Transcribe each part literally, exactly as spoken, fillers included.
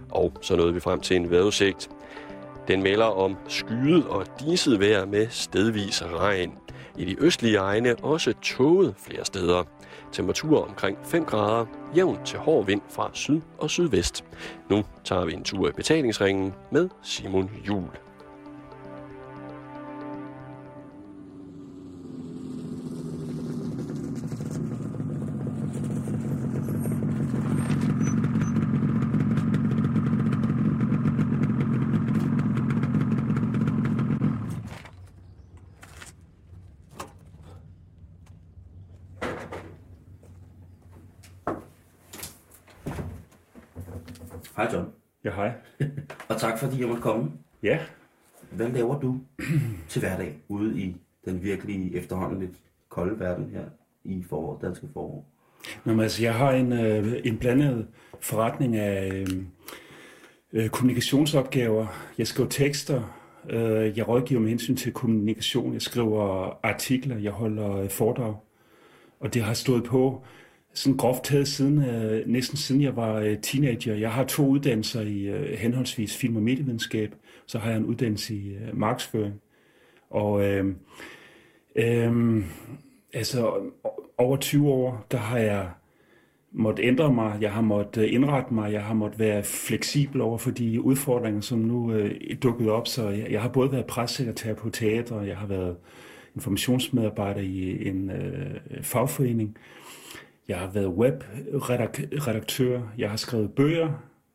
Og så nåede vi frem til en vejrudsigt. Den melder om skyet og diset vejr med stedvis regn. I de østlige egne også tåget flere steder. Temperaturer omkring fem grader, jævn til hård vind fra syd og sydvest. Nu tager vi en tur i betalingsringen med Simon Juhl. Hej John. Ja, hej. Og tak fordi jeg måtte komme. Ja. Hvad laver du til hverdag ude i den virkelige efterhånden lidt kolde verden her i forår, danske forår? Nå, altså, jeg har en, øh, en blandet forretning af øh, kommunikationsopgaver. Jeg skriver tekster. Øh, jeg rådgiver med hensyn til kommunikation. Jeg skriver artikler. Jeg holder foredrag. Og det har stået på sådan groft taget siden, øh, næsten siden jeg var øh, teenager. Jeg har to uddannelser i øh, henholdsvis film- og medievidenskab. Så har jeg en uddannelse i øh, markedsføring. Og øh, øh, altså over tyve år, der har jeg måttet ændre mig. Jeg har måttet indrette mig. Jeg har måttet være fleksibel over for de udfordringer, som nu øh, er dukket op. Så jeg, jeg har både været pressekretær på teater, jeg har været informationsmedarbejder i en øh, fagforening. Jeg har været webredaktør, jeg har skrevet bøger,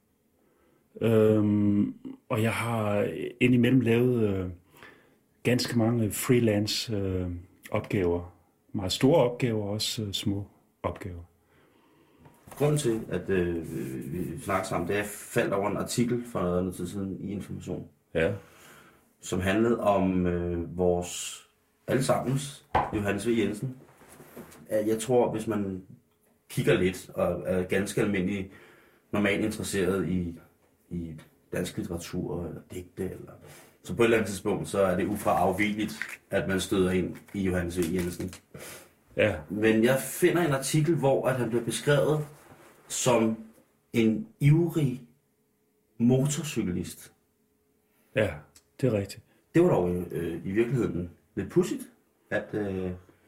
øhm, og jeg har indimellem lavet øh, ganske mange freelance øh, opgaver. Meget store opgaver, også øh, små opgaver. Grunden til, at øh, vi snakker sammen, det er, at jeg faldt over en artikel for noget tid siden i Information, ja. Som handlede om øh, vores allesammens Johannes V. Jensen. Jeg tror, hvis man kigger lidt og er ganske almindelig normalt interesseret i, i dansk litteratur eller digte, eller, så på et eller andet tidspunkt, så er det ufraafvigeligt, at man støder ind i Johannes V. Jensen. Ja. Men jeg finder en artikel, hvor at han bliver beskrevet som en ivrig motorcyklist. Ja, det er rigtigt. Det var dog øh, i virkeligheden lidt pudsigt, at, øh,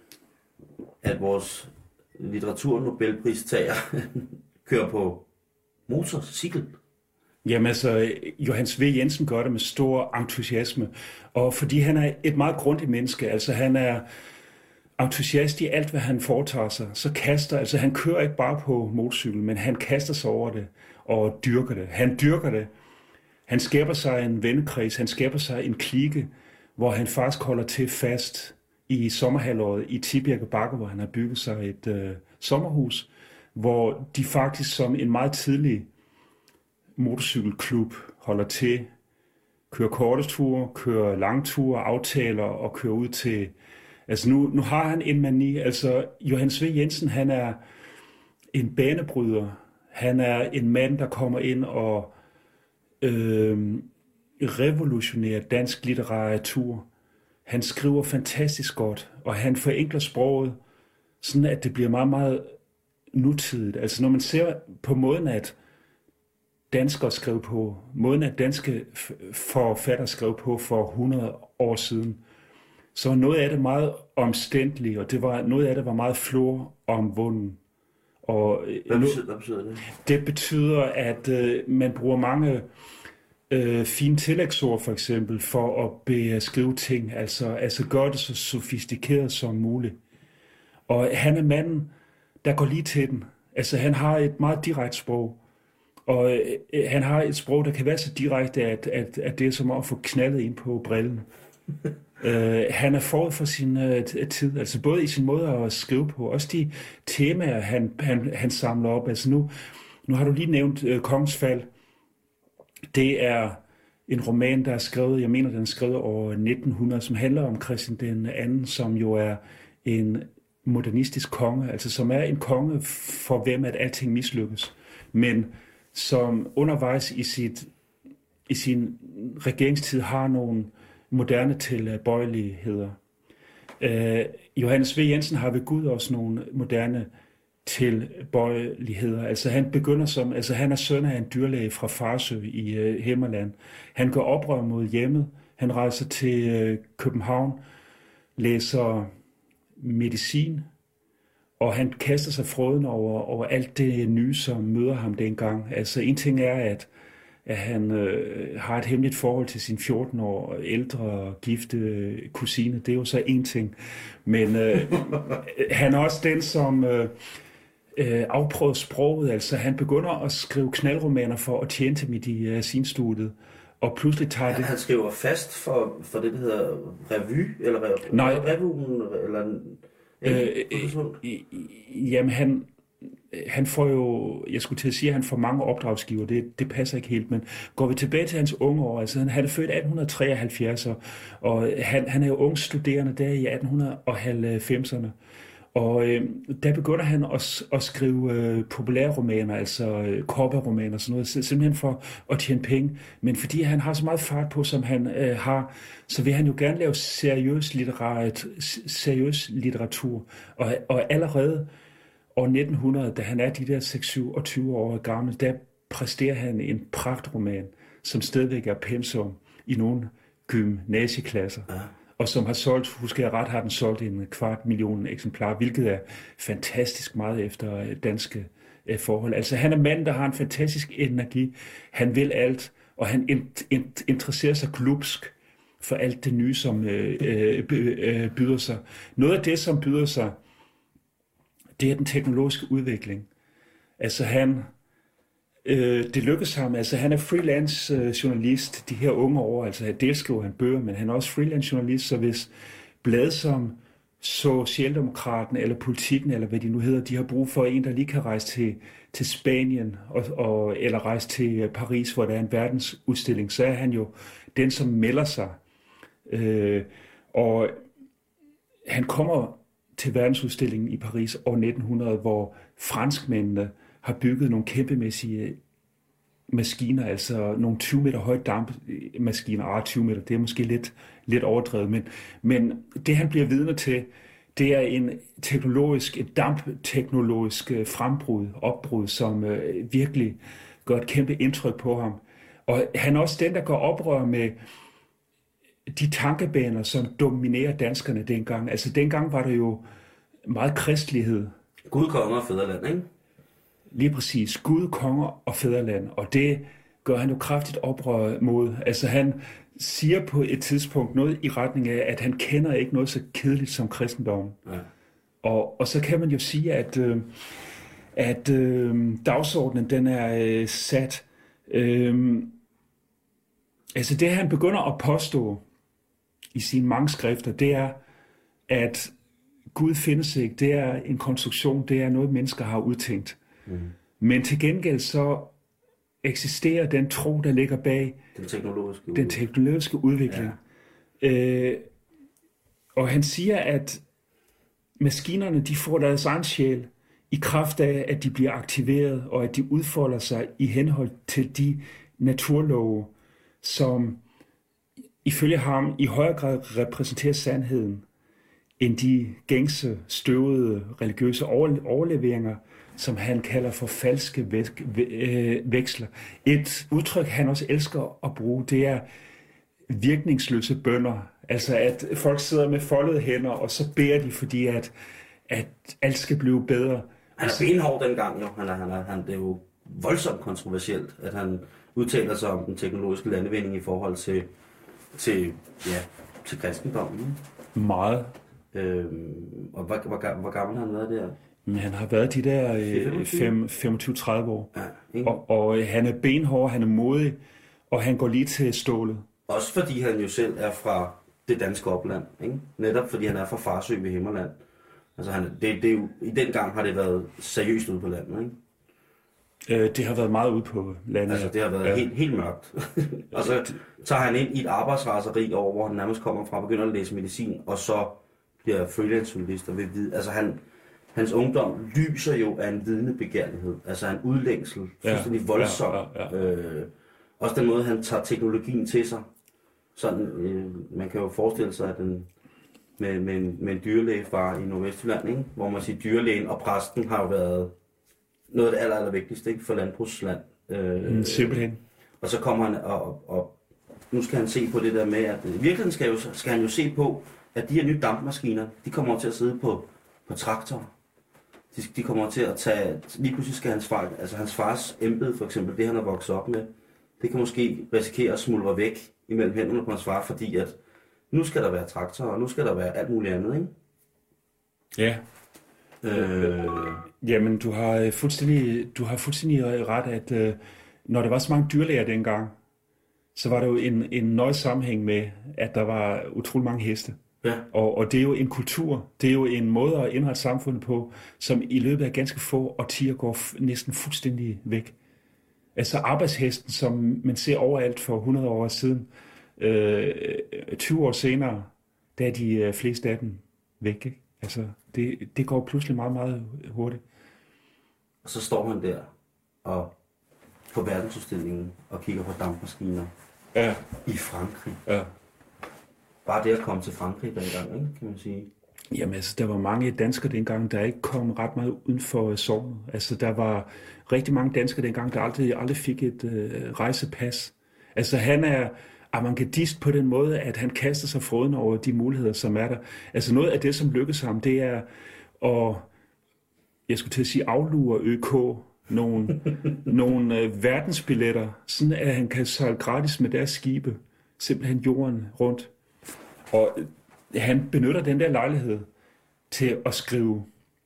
at vores litteratur-nobelpristager kører på motorcykel. Jamen altså, Johannes V. Jensen gør det med stor entusiasme, og fordi han er et meget grundigt menneske, altså han er entusiast i alt, hvad han foretager sig, så kaster, altså han kører ikke bare på motorcykel, men han kaster sig over det og dyrker det. Han dyrker det. Han skaber sig en vennekreds, han skaber sig en klike, hvor han faktisk holder til fast i sommerhalvåret i Tibirke Bakke, hvor han har bygget sig et øh, sommerhus, hvor de faktisk som en meget tidlig motorcykelklub holder til, kører korte ture, kører lange ture, aftaler og kører ud til. Altså nu, nu har han en mani. Altså Johannes V. Jensen, han er en banebryder. Han er en mand, der kommer ind og øh, revolutionerer dansk litteratur. Han skriver fantastisk godt, og han forenkler sproget, sådan at det bliver meget, meget nutidigt. Altså når man ser på måden, at danskere skrev på, måden at danske forfattere skrev på for hundrede år siden, så var noget af det meget omstændeligt, og det var, noget af det var meget floromvunden. Og, hvad, betyder, hvad betyder det? Det betyder, at øh, man bruger mange øh, fine tillægsord, for eksempel, for at beskrive ting, altså, altså gøre det så sofistikeret som muligt. Og han er manden, der går lige til den. Altså han har et meget direkte sprog, og øh, han har et sprog, der kan være så direkte, at, at, at det er som at få knaldet ind på brillen. uh, han er forud for sin uh, tid, altså både i sin måde at skrive på, også de temaer, han, han, han samler op. Altså nu, nu har du lige nævnt uh, Kongens Fald. Det er en roman, der er skrevet, jeg mener, den er skrevet over nitten hundrede, som handler om Christian den anden, som jo er en modernistisk konge, altså som er en konge, for hvem at alting mislykkes, men som undervejs i, sit, i sin regeringstid har nogle moderne tilbøjeligheder. Uh, Johannes V. Jensen har ved Gud også nogle moderne tilbøjeligheder. Altså han begynder som, altså han er søn af en dyrlæge fra Farsø i øh, Himmerland. Han går oprør mod hjemmet. Han rejser til øh, København, læser medicin, og han kaster sig fråden over, over alt det nye, som møder ham dengang. Altså en ting er, at, at han øh, har et hemmeligt forhold til sin fjorten år ældre gifte kusine. Det er jo så en ting. Men øh, han er også den, som øh, øh, afprøver sproget. Altså han begynder at skrive knaldromaner for at tjene til mit i uh, sinstudiet. Og pludselig tager det... Han skriver fast for, for det, der hedder revy, eller rev... Nej. revuen, eller... Øh, øh, jamen han, han får jo, jeg skulle til at sige, at han får mange opdragsgiver, det, det passer ikke helt, men går vi tilbage til hans unge år, altså han er født atten treoghalvfjerds, og han, han er jo ung studerende der i atten halvfemserne, og øh, der begynder han at, at skrive øh, populærromaner, altså øh, kopperromaner, sådan noget, simpelthen for at tjene penge. Men fordi han har så meget fart på, som han øh, har, så vil han jo gerne lave seriøs, litterat, seriøs litteratur. Og, og allerede år nitten hundrede, da han er de der seks syvogtyve år gammel, der præsterer han en pragtroman, som stadigvæk er pensum i nogle gymnasieklasser. Ja. Og som har solgt, husker jeg ret, har den solgt en kvart million eksemplarer, hvilket er fantastisk meget efter danske øh, forhold. Altså han er manden, der har en fantastisk energi. Han vil alt, og han in- in- interesserer sig glupsk for alt det nye, som øh, øh, byder sig. Noget af det, som byder sig, det er den teknologiske udvikling. Altså han... Øh, det lykkes ham, altså han er freelance øh, journalist de her unge år, altså dels skriver han bøger, men han er også freelance journalist, så hvis blade som Socialdemokraten eller Politikken, eller hvad de nu hedder, de har brug for en, der lige kan rejse til, til Spanien, og, og, eller rejse til Paris, hvor der er en verdensudstilling, så er han jo den, som melder sig. Øh, og han kommer til verdensudstillingen i Paris år nitten hundrede, hvor franskmændene har bygget nogle kæmpemæssige maskiner, altså nogle tyve meter høje dampmaskiner. Ah, tyve meter, det er måske lidt, lidt overdrevet, men, men det han bliver vidne til, det er en teknologisk, et dampteknologisk frembrud, opbrud, som øh, virkelig gør et kæmpe indtryk på ham. Og han er også den, der går oprør med de tankebaner, som dominerer danskerne dengang. Altså dengang var der jo meget kristelighed. Gud, konge og fædreland, ikke? Lige præcis. Gud, konger og fædreland. Og det gør han jo kraftigt oprør mod. Altså han siger på et tidspunkt noget i retning af, at han kender ikke noget så kedeligt som kristendommen. Ja. Og, og så kan man jo sige, at, øh, at øh, dagsordenen den er øh, sat. Øh, altså det han begynder at påstå i sine mange skrifter, det er, at Gud findes ikke. Det er en konstruktion, det er noget, mennesker har udtænkt. Mm. Men til gengæld så eksisterer den tro, der ligger bag den teknologiske, den teknologiske udvikling. Ja. Øh, og han siger, at maskinerne de får deres egen sjæl i kraft af, at de bliver aktiveret, og at de udfolder sig i henhold til de naturlove, som ifølge ham i højere grad repræsenterer sandheden, end de gængse, støvede religiøse overleveringer, som han kalder for falske veksler. Et udtryk, han også elsker at bruge, det er virkningsløse bønner. Altså at folk sidder med foldede hænder, og så beder de, fordi at, at alt skal blive bedre. Han er benhård dengang, jo. Han er, han er, han, det er jo voldsomt kontroversielt, at han udtaler sig om den teknologiske landvinding i forhold til, til, ja, til kristendommen. Meget. Øhm, og hvor, hvor, hvor gammel har han været der? Men han har været de der øh, femogtyve til tredive år. Ja, og, og øh, han er benhård, han er modig, og han går lige til stålet. Også fordi han jo selv er fra det danske opland, ikke? Netop fordi han er fra Farsø ved Himmerland. Altså han, det, det er jo, i den gang har det været seriøst ude på landet, ikke? Øh, det har været meget ude på landet. Altså det har været ja. helt, helt mørkt. Og så tager han ind i et arbejdsraseri over, hvor han nærmest kommer fra, begynder at læse medicin, og så bliver freelance-journalist og vil vide. Altså han, hans ungdom lyser jo af en vidnebegærlighed. Altså en udlængsel, fuldstændig ja, voldsom. Ja, ja, ja. Øh, også den måde, han tager teknologien til sig. Sådan, øh, man kan jo forestille sig, at den, med, med, en, med en dyrlægefar i Nordvestjylland, ikke? Hvor man siger, dyrlægen og præsten har jo været noget af det aller, aller vigtigste, ikke? For landbrugsland. Øh, mm, simpelthen. Og så kommer han, og, og nu skal han se på det der med, at i virkeligheden skal, jo, skal han jo se på, at de her nye dampmaskiner, de kommer til at sidde på, på traktor. De, de kommer til at tage, lige pludselig skal hans far, altså hans fars embede for eksempel, det han har vokset op med, det kan måske risikere at smuldre væk imellem hænderne på hans far, fordi at nu skal der være traktorer, og nu skal der være alt muligt andet, ikke? Ja. Øh... Jamen, du har fuldstændig, du har fuldstændig ret, at øh, når der var så mange dyrlæger dengang, så var der jo en, en nøje sammenhæng med, at der var utrolig mange heste. Ja. Og, og det er jo en kultur, det er jo en måde at indrette samfundet på, som i løbet af ganske få årtier går f- næsten fuldstændig væk. Altså arbejdshesten, som man ser overalt for hundrede år siden, øh, tyve år senere, der er de øh, fleste af dem væk. Ikke? Altså, det, det går pludselig meget, meget hurtigt. Og så står man der og på verdensudstillingen og kigger på dampmaskiner ja. i Frankrig. Ja. Bare det at komme til Frankrig dengang, ikke, kan man sige. Jamen altså, der var mange danskere dengang, der ikke kom ret meget uden for sognet. Altså, der var rigtig mange danskere dengang, der aldrig, aldrig fik et øh, rejsepas. Altså, han er avantgardist på den måde, at han kaster sig froden over de muligheder, som er der. Altså, noget af det, som lykkes ham, det er at, jeg skulle til at sige, aflure ØK nogle, nogle øh, verdensbilletter, sådan at han kan sejle gratis med deres skibe, simpelthen jorden rundt. Og han benytter den der lejlighed til at skrive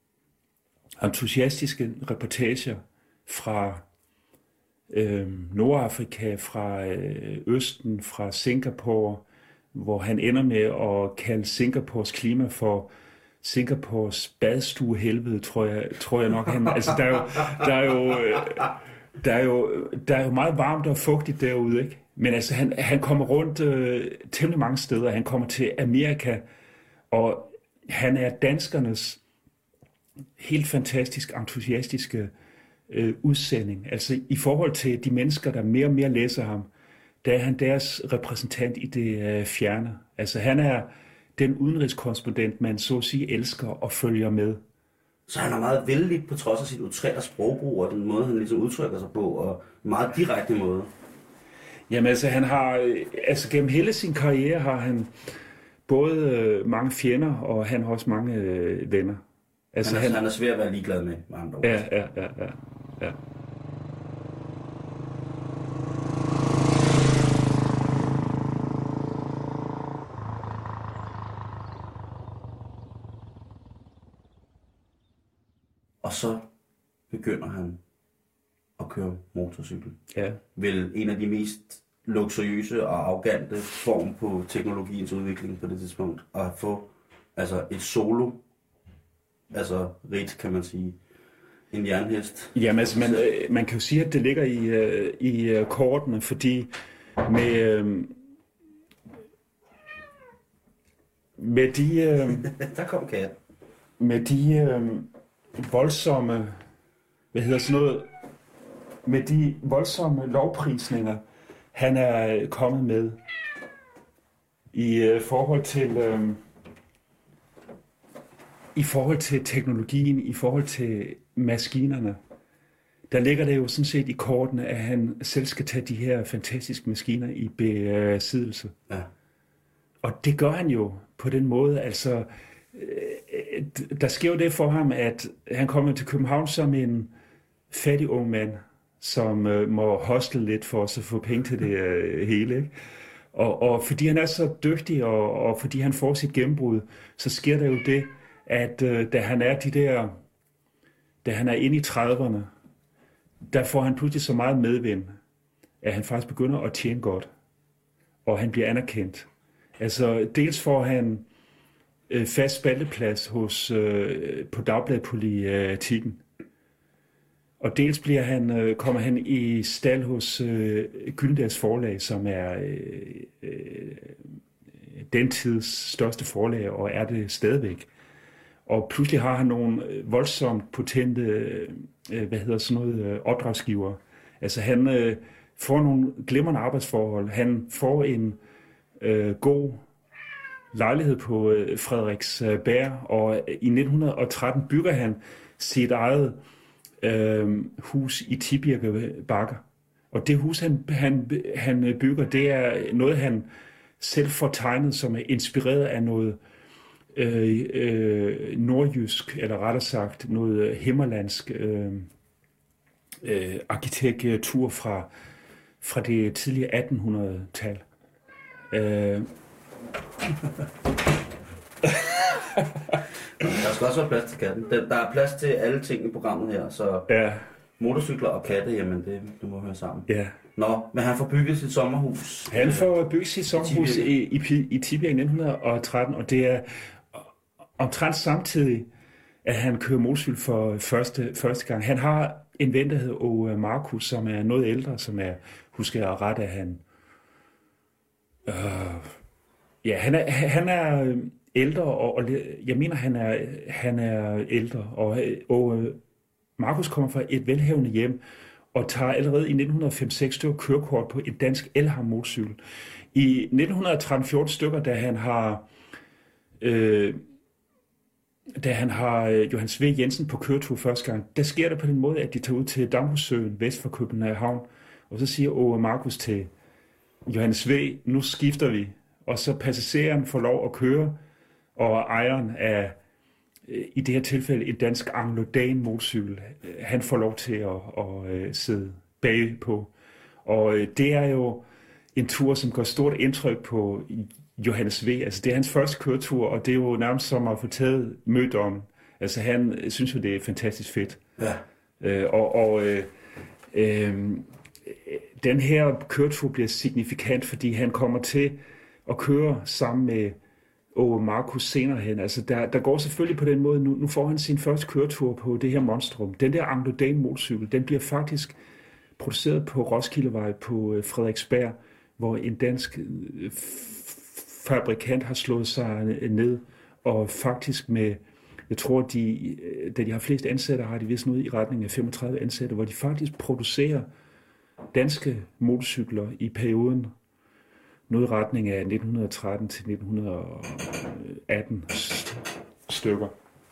entusiastiske reportager fra øh, Nordafrika, fra øh, Østen, fra Singapore, hvor han ender med at kalde Singapores klima for Singapores badstuehelvede, tror jeg, tror jeg nok. Han, altså, der er jo, der er jo, der er jo, der er jo meget varmt og fugtigt derude, ikke? Men altså, han, han kommer rundt øh, temmelig mange steder. Han kommer til Amerika, og han er danskernes helt fantastisk entusiastiske øh, udsending. Altså, i forhold til de mennesker, der mere og mere læser ham, der er han deres repræsentant i det øh, fjerne. Altså, han er den udenrigskorrespondent, man så at sige elsker og følger med. Så han er meget vældig på trods af sit utrætte sprogbrug og den måde, han ligesom udtrykker sig på, og en meget direkte måde. Jamen altså, han har, altså gennem hele sin karriere har han både øh, mange fjender, og han har også mange øh, venner. Altså, han, er, han, han er svær at være ligeglad med, med andre ord. Ja, ja, ja, ja, ja. Og så begynder han at køre motorcykel. Ja. Vel en af de mest luksuriøse og arrogante form på teknologiens udvikling på det tidspunkt. At få altså et solo, altså rit, kan man sige, en jernhest. Jamen altså, man, man kan jo sige, at det ligger i, i kortene, fordi med, med de... Der kom katten. Med de voldsomme, hvad hedder sådan noget, med de voldsomme lovprisninger, han er kommet med i uh, forhold til uh, i forhold til teknologien, i forhold til maskinerne. Der ligger det jo sådan set i kortene, at han selv skal tage de her fantastiske maskiner i besiddelse. Ja. Og det gør han jo på den måde, altså der sker jo det for ham, at han kommer til København som en fattig ung mand, som øh, må hostle lidt for at få penge til det øh, hele. Ikke? Og, og fordi han er så dygtig, og, og fordi han får sit gennembrud, så sker der jo det, at øh, da han er de der, da han er inde i trediverne, der får han pludselig så meget medvind, at han faktisk begynder at tjene godt, og han bliver anerkendt. Altså dels får han øh, fast spalteplads hos, øh, på Dagbladet Politikken, og dels bliver han, øh, kommer han i stald hos øh, Gyldendals Forlag, som er øh, øh, den tids største forlag, og er det stadigvæk. Og pludselig har han nogle voldsomt potente, øh, hvad hedder sådan noget, øh, opdragsgiver. Altså han øh, får nogle glimrende arbejdsforhold. Han får en øh, god lejlighed på øh, Frederiksberg, og i nitten tretten bygger han sit eget øh, hus i Tibirke Bakker. Og det hus, han, han, han bygger, det er noget, han selv får tegnet, som er inspireret af noget øh, øh, nordjysk, eller rettere sagt noget himmerlandsk øh, øh, arkitektur fra, fra det tidlige attenhundrede-tal. Øh. Der skal også være plads til katten. Der er plads til alle ting i programmet her, så Ja. motorcykler og katte, jamen det, det må høre sammen. Ja. Nå, men han får bygget sit sommerhus. Han får bygget sit sommerhus i i, i, i Tibirke i nitten tretten, og det er omtrent samtidig, at han kører motorcykel for første, første gang. Han har en ven, der hedder O. Markus, som er noget ældre, som er, husker jeg ret, at han... Øh, ja, han er, han er ældre, og, og jeg mener, han er, han er ældre, og, og Markus kommer fra et velhavende hjem, og tager allerede i nitten fem seks stykker kørekort på en dansk Elham motorcykel. I nitten tretten fjorten stykker, da han har... Øh, da han har Johannes V. Jensen på køretur første gang, der sker det på den måde, at de tager ud til Damhussøen vest for København, og så siger Åge Markus til Johannes V., nu skifter vi, og så passageren får lov at køre, og ejeren af, i det her tilfælde, en dansk Anglo-Dan motorcykel, han får lov til at, at, at sidde bag på. Og det er jo en tur, som gør stort indtryk på Johannes V. Altså det er hans første køretur, og det er jo nærmest som at få taget mødommen. Altså han synes jo, det er fantastisk fedt. Ja. Øh, og og øh, øh, den her køretur bliver signifikant, fordi han kommer til at køre sammen med Åge Markus senere hen. Altså der, der går selvfølgelig på den måde, nu, nu får han sin første køretur på det her monstrum. Den der Anglo-Dan motorcykel, den bliver faktisk produceret på Roskildevej på Frederiksberg, hvor en dansk fabrikant har slået sig ned, og faktisk med, jeg tror, de, da de har flest ansatte, har de vist noget i retning af femogtredive ansatte, hvor de faktisk producerer danske motorcykler i perioden noget i retning af nitten tretten til nitten atten stykker.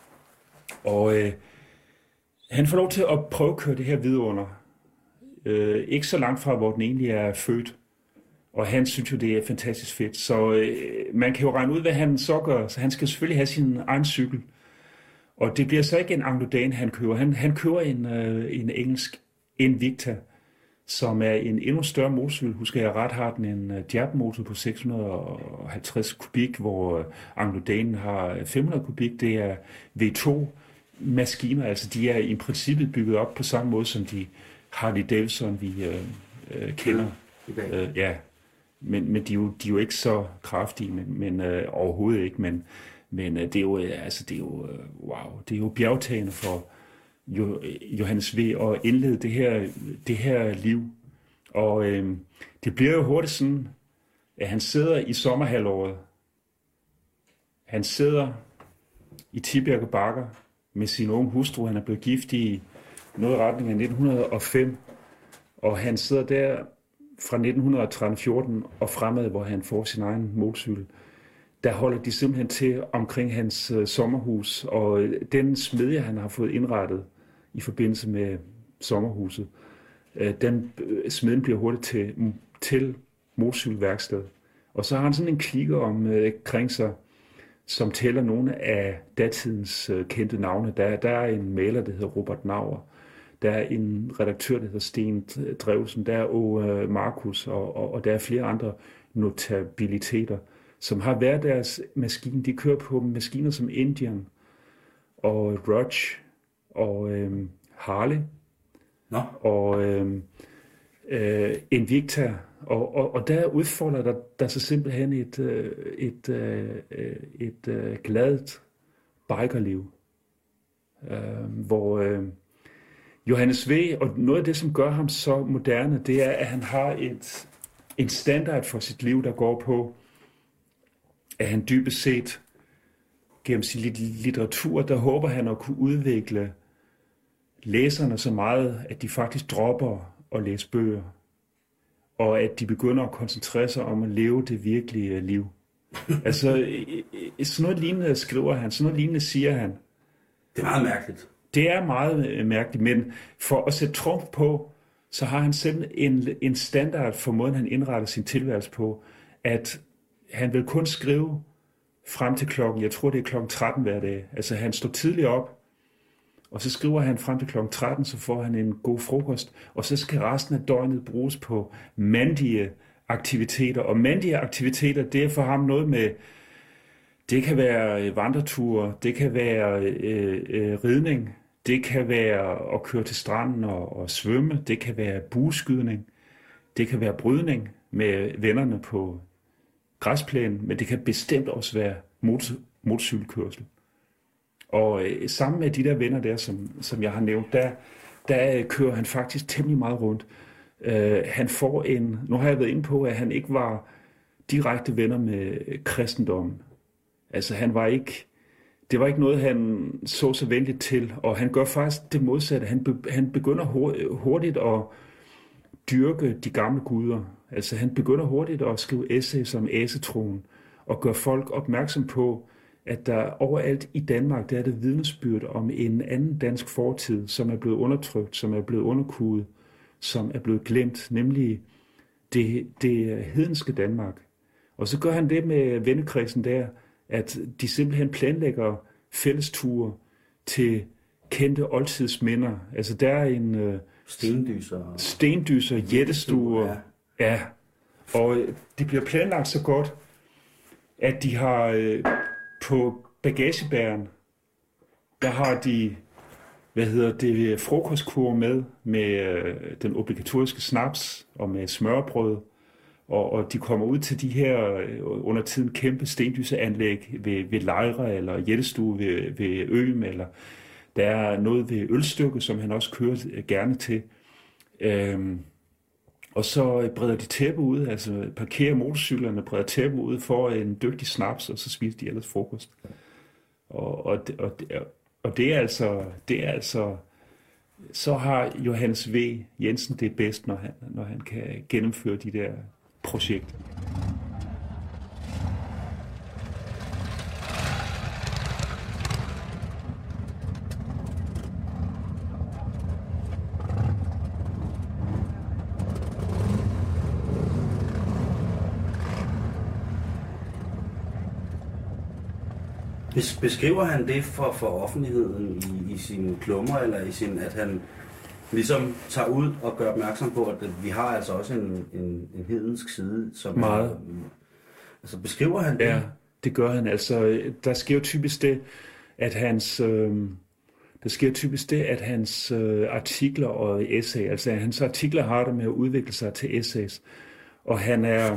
Og øh, han får lov til at prøve at køre det her vidunder. Øh, ikke så langt fra, hvor den egentlig er født. Og han synes jo, det er fantastisk fedt. Så øh, man kan jo regne ud, hvad han så gør. Så han skal selvfølgelig have sin egen cykel. Og det bliver så ikke en Anglo-Dan, han køber. Han, han køber en, øh, en engelsk Invicta, som er en endnu større motorcykel. Husker jeg ret, har den en uh, Jab-motor på seks hundrede og halvtreds kubik, hvor uh, Anglo-Danen har fem hundrede kubik. Det er V to maskiner, altså de er i princippet bygget op på samme måde, som de Harley Davidson, vi uh, uh, kender. Ja, uh, ja. Men, men de, er jo, de er jo ikke så kraftige, men, men uh, overhovedet ikke. Men, men uh, det er jo, uh, altså, det er jo, uh, wow, det er jo bjergtagende for Jo, Johannes V. at indlede det her, det her liv. Og øh, det bliver jo hurtigt sådan, at han sidder i sommerhalvåret. Han sidder i Tibirke Bakker med sin unge hustru. Han er blevet gift i noget i retning af nitten hundrede fem. Og han sidder der fra nitten tretten fjorten og fremad, hvor han får sin egen motorcykel. Der holder de simpelthen til omkring hans øh, sommerhus. Og øh, den smedje, han har fået indrettet i forbindelse med sommerhuset, øh, den øh, smeden bliver hurtigt til, til motorcykelværksted. Og så har han sådan en klikke omkring øh, sig, som tæller nogle af datidens øh, kendte navne. Der, der er en maler, der hedder Robert Nauer. Der er en redaktør, der hedder Sten Drewsen. Der er O. Øh, Markus, og, og, og der er flere andre notabiliteter, som har hver deres maskine. De kører på maskiner som Indian og Rudge og øhm, Harley Nå. og øhm, øh, Invicta. Og, og, og der udfolder der, der så simpelthen et, øh, et, øh, et øh, gladt bikerliv, øh, hvor øh, Johannes V. og noget af det, som gør ham så moderne, det er, at han har et, en standard for sit liv, der går på, at han dybest set gennem sin litteratur, der håber han at kunne udvikle læserne så meget, at de faktisk dropper at læse bøger, og at de begynder at koncentrere sig om at leve det virkelige liv. Altså, sådan noget lignende skriver han, sådan noget lignende siger han. Det er meget mærkeligt. Det er meget mærkeligt, men for at sætte trumf på, så har han selv en, en standard for måden, han indretter sin tilværelse på, at han vil kun skrive frem til klokken, jeg tror det er klokken tretten hver dag. Altså han står tidligt op, og så skriver han frem til klokken tretten, så får han en god frokost, og så skal resten af døgnet bruges på mandige aktiviteter. Og mandige aktiviteter, det er for ham noget med, det kan være vandreture, det kan være øh, øh, ridning, det kan være at køre til stranden og, og svømme, det kan være bueskydning, det kan være brydning med vennerne på græsplænen, men det kan bestemt også være motor, motorcykelkørsel. Og øh, sammen med de der venner der, som, som jeg har nævnt, der, der kører han faktisk temmelig meget rundt. Uh, han får en, nu har jeg været inde på, at han ikke var direkte venner med kristendommen. Altså han var ikke, det var ikke noget, han så så venligt til, og han gør faktisk det modsatte. Han, be, han begynder hurtigt at dyrke de gamle guder. Altså han begynder hurtigt at skrive essays om asetroen, og gør folk opmærksom på, at der overalt i Danmark, der er det vidnesbyrd om en anden dansk fortid, som er blevet undertrykt, som er blevet underkuet, som er blevet glemt, nemlig det, det hedenske Danmark. Og så gør han det med vennekredsen der, at de simpelthen planlægger fællesture til kendte oldtidsminder. Altså der er en uh, stendyser, stendyser, jættestuer, ja. ja. Og det bliver planlagt så godt, at de har uh, på bagagebæren, der har de hvad hedder det, frokostkur med, med øh, den obligatoriske snaps og med smørbrød. Og, og de kommer ud til de her øh, under tiden kæmpe stendyseanlæg ved, ved Lejre eller jættestue ved, ved Øm, eller der er noget ved Ølstykke, som han også kører øh, gerne til. Øhm, og så breder de tæppe ud, altså parkerer motorcyklerne, breder tæppe ud for en dygtig snaps, og så spiser de ellers frokost. Og, og, og, og det er altså, det er altså, så har Johannes V. Jensen det bedst, når han, når han kan gennemføre de der projekter. Beskriver han det for, for offentligheden i, i sine klummer, eller i sin, at han ligesom tager ud og gør opmærksom på, at vi har altså også en, en, en hedensk side, som meget. Er, altså beskriver han det? Ja, det gør han. Altså, der sker jo typisk det, at hans, øh, der sker typisk det, at hans øh, artikler og essay, altså hans artikler har det med at udvikle sig til essays, og han er,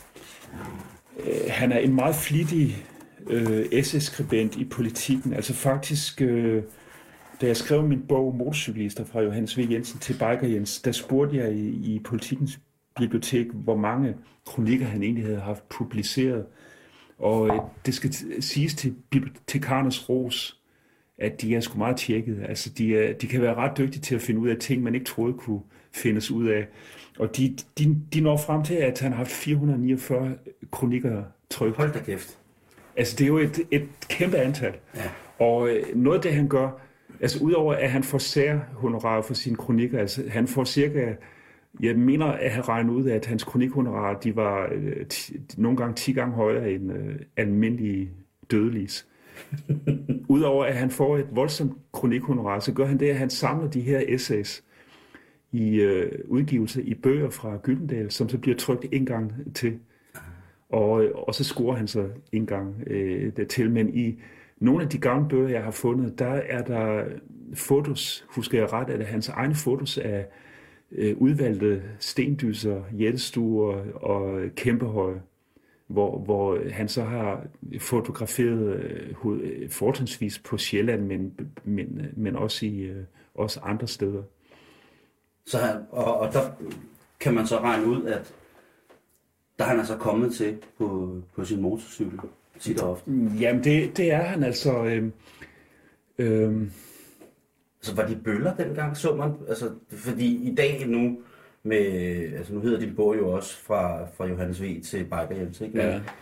øh, han er en meget flittig øh, essayskribent i politikken. Altså faktisk, øh, da jeg skrev min bog Motorcyklister fra Johannes V. Jensen til Biker Jens, der spurgte jeg i, i Politikens bibliotek, hvor mange kronikker han egentlig havde haft publiceret. Og øh, det skal t- siges til bibliotekarnes ros, at de er sgu meget tjekket. Altså de, er, de kan være ret dygtige til at finde ud af ting, man ikke troede kunne findes ud af. Og de, de, de når frem til, at han har haft fire hundrede niogfyrre kronikker trykt. Hold da kæft. Altså det er jo et, et kæmpe antal. Ja. Og øh, noget af det, han gør, altså udover at han får særhonorar for sine kronikker, altså han får cirka, jeg mener at have regnet ud af, at hans kronikhonorar, de var øh, ti, nogle gange ti gange højere end øh, almindelige dødelis. Udover at han får et voldsomt kronikhonorar, så gør han det, at han samler de her essays i øh, udgivelse i bøger fra Gyldendal, som så bliver trykt en gang til. Og, og så scorer han så en gang øh, til. Men i nogle af de gamle bøger, jeg har fundet, der er der fotos, husker jeg ret, at det er hans egne fotos af øh, udvalgte stendyser, jættestuer og kæmpehøje, hvor, hvor han så har fotograferet øh, fortrinsvis på Sjælland, men, men, men også i øh, også andre steder. Så han, og, og der kan man så regne ud, at der er han altså kommet til på, på sin motorcykel tit og ofte. Jamen det, det er han altså. Øh, øh, altså var de bøller dengang, så man? Altså, fordi i dag nu, med, altså nu hedder din bog jo også fra, fra Johannes V. til Biker Jens, ikke? Ja.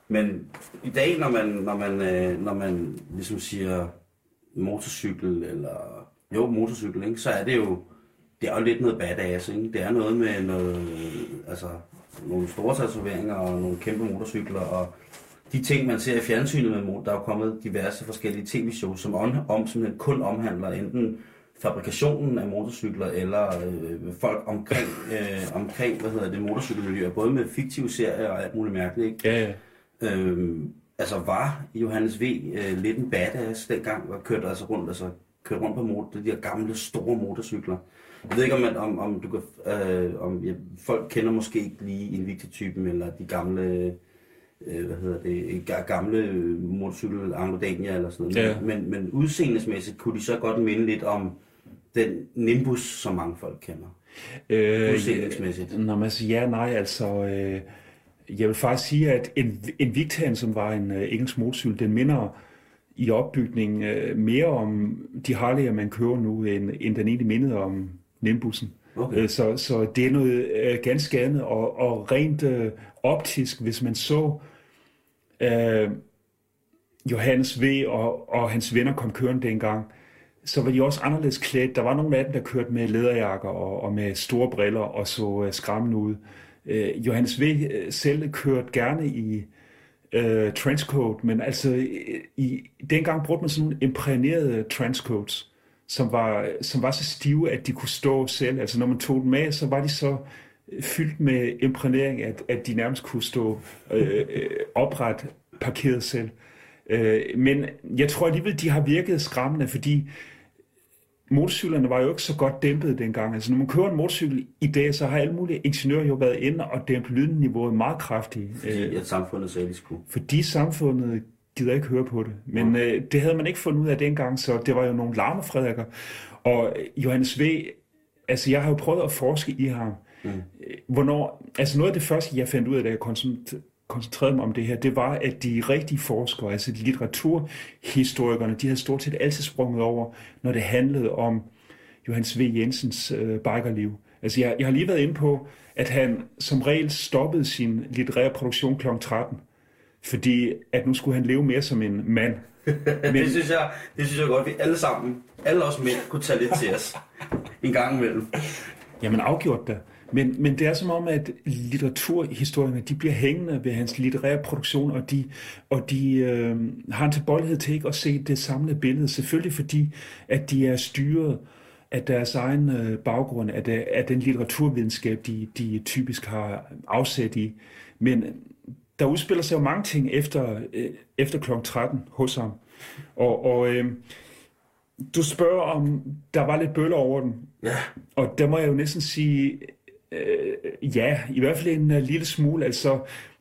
Men i dag, når man, når man, øh, når man ligesom siger motorcykel, eller jo, motorcykel, ikke, så er det jo, det er jo lidt noget badass, ikke? Det er noget med noget, altså, nogle store tatoveringer og nogle kæmpe motorcykler, og de ting, man ser i fjernsynet med motor, der er jo kommet diverse forskellige tv-shows, som om, om, simpelthen kun omhandler enten fabrikationen af motorcykler, eller øh, folk omkring, øh, omkring, hvad hedder det, motorcykelmiljøer, både med fiktive serier og alt muligt mærkeligt, ikke? Ja, ja. Øhm, altså var Johannes V. Øh, lidt en badass dengang, og kørte altså rundt, altså kørte rundt på motor, de der gamle, store motorcykler. Jeg ved ikke, om, om, om, du kan, øh, om ja, folk kender måske ikke lige Invicta-typen, eller de gamle, øh, hvad hedder det, gamle motorcykel, Anglo-Dania eller sådan noget. Ja. Men, men udseendesmæssigt kunne de så godt minde lidt om den Nimbus, som mange folk kender. Øh, Udseendesmæssigt. Nå, men altså, ja, nej, altså... Øh, jeg vil faktisk sige, at en, en Victan, som var en øh, engelsk motorcykel, den minder i opbygningen øh, mere om de Harley'er, man kører nu, end, end den egentlig mindede om Nimbusen. Okay. Øh, så, så det er noget øh, ganske andet, og, og rent øh, optisk, hvis man så øh, Johannes V. Og, og hans venner kom kørende dengang, så var de også anderledes klædt. Der var nogle af dem, der kørte med læderjakker og, og med store briller og så øh, skræmmende ud. Øh, Johannes V. selv kørte gerne i øh, trenchcoat, men altså i, dengang brugte man sådan nogle imprægnerede trenchcoats, som var, som var så stive, at de kunne stå selv. Altså når man tog dem med, så var de så fyldt med imprægnering, at, at de nærmest kunne stå øh, opret parkeret selv. Øh, men jeg tror alligevel, de har virket skræmmende, fordi motorcyklerne var jo ikke så godt dæmpet dengang. Altså når man kører en motorcykel i dag, så har alle mulige ingeniører jo været inde og dæmpet lydniveauet meget kraftigt. Fordi at samfundet sagde, de skulle. Fordi samfundet gider ikke høre på det. Men ja. øh, det havde man ikke fundet ud af dengang, så det var jo nogle larmefrederikker. Og Johannes V., altså jeg har jo prøvet at forske i ham. Mm. Hvornår, altså noget af det første, jeg fandt ud af, da jeg koncentrerede mig om det her, det var, at de rigtige forskere, altså litteraturhistorikerne, de havde stort set altid sprunget over, når det handlede om Johannes V. Jensens øh, bikerliv. Altså jeg, jeg har lige været inde på, at han som regel stoppede sin litterære produktion klokken tretten, fordi at nu skulle han leve mere som en mand. Men det, synes jeg, det synes jeg godt, vi alle sammen, alle os mænd, kunne tage lidt til os en gang imellem. Jamen afgjort da. Men, men det er som om, at litteraturhistorierne, de bliver hængende ved hans litterære produktion, og de, og de øh, har en tilbøjelighed til ikke at se det samlede billede. Selvfølgelig fordi, at de er styret af deres egen øh, baggrund, af, det, af den litteraturvidenskab, de, de typisk har afsat i. Men der udspiller sig jo mange ting efter, øh, efter klokken tretten hos ham. Og, og øh, du spørger, om der var lidt bøller over den. Ja. Og der må jeg jo næsten sige, øh, ja, i hvert fald en uh, lille smule. Altså,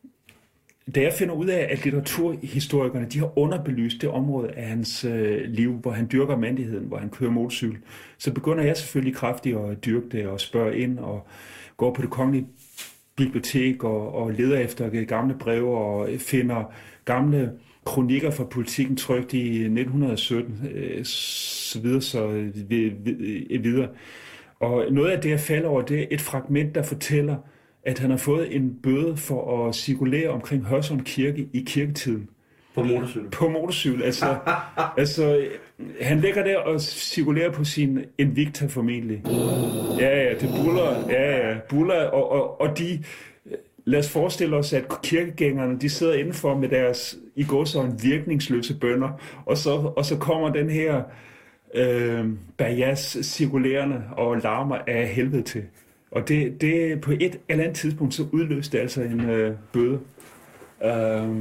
da jeg finder ud af, at litteraturhistorikerne, de har underbelyst det område af hans øh, liv, hvor han dyrker mandigheden, hvor han kører motorcykel, så begynder jeg selvfølgelig kraftigt at dyrke det og spørge ind og gå på det kongelige bibliotek og, og leder efter gamle breve og finder gamle kronikker fra Politiken trykt i nitten sytten, øh, så videre, så videre. Og noget af det, jeg falder over, det er et fragment, der fortæller, at han har fået en bøde for at cirkulere omkring Hørsholm Kirke i kirketiden. På motorcykel? På motorcykel. Altså, altså, han ligger der og cirkulerer på sin Invicta formentlig. Ja, ja, det buller. Ja, ja, buller. Og, og, og de... Lad os forestille os, at kirkegængerne, de sidder indenfor med deres, i gåseøjne, virkningsløse bønner, og så, og så kommer den her øh, bajas cirkulerende og larmer af helvede til. Og det, det på et eller andet tidspunkt, så udløste det altså en øh, bøde. Øh,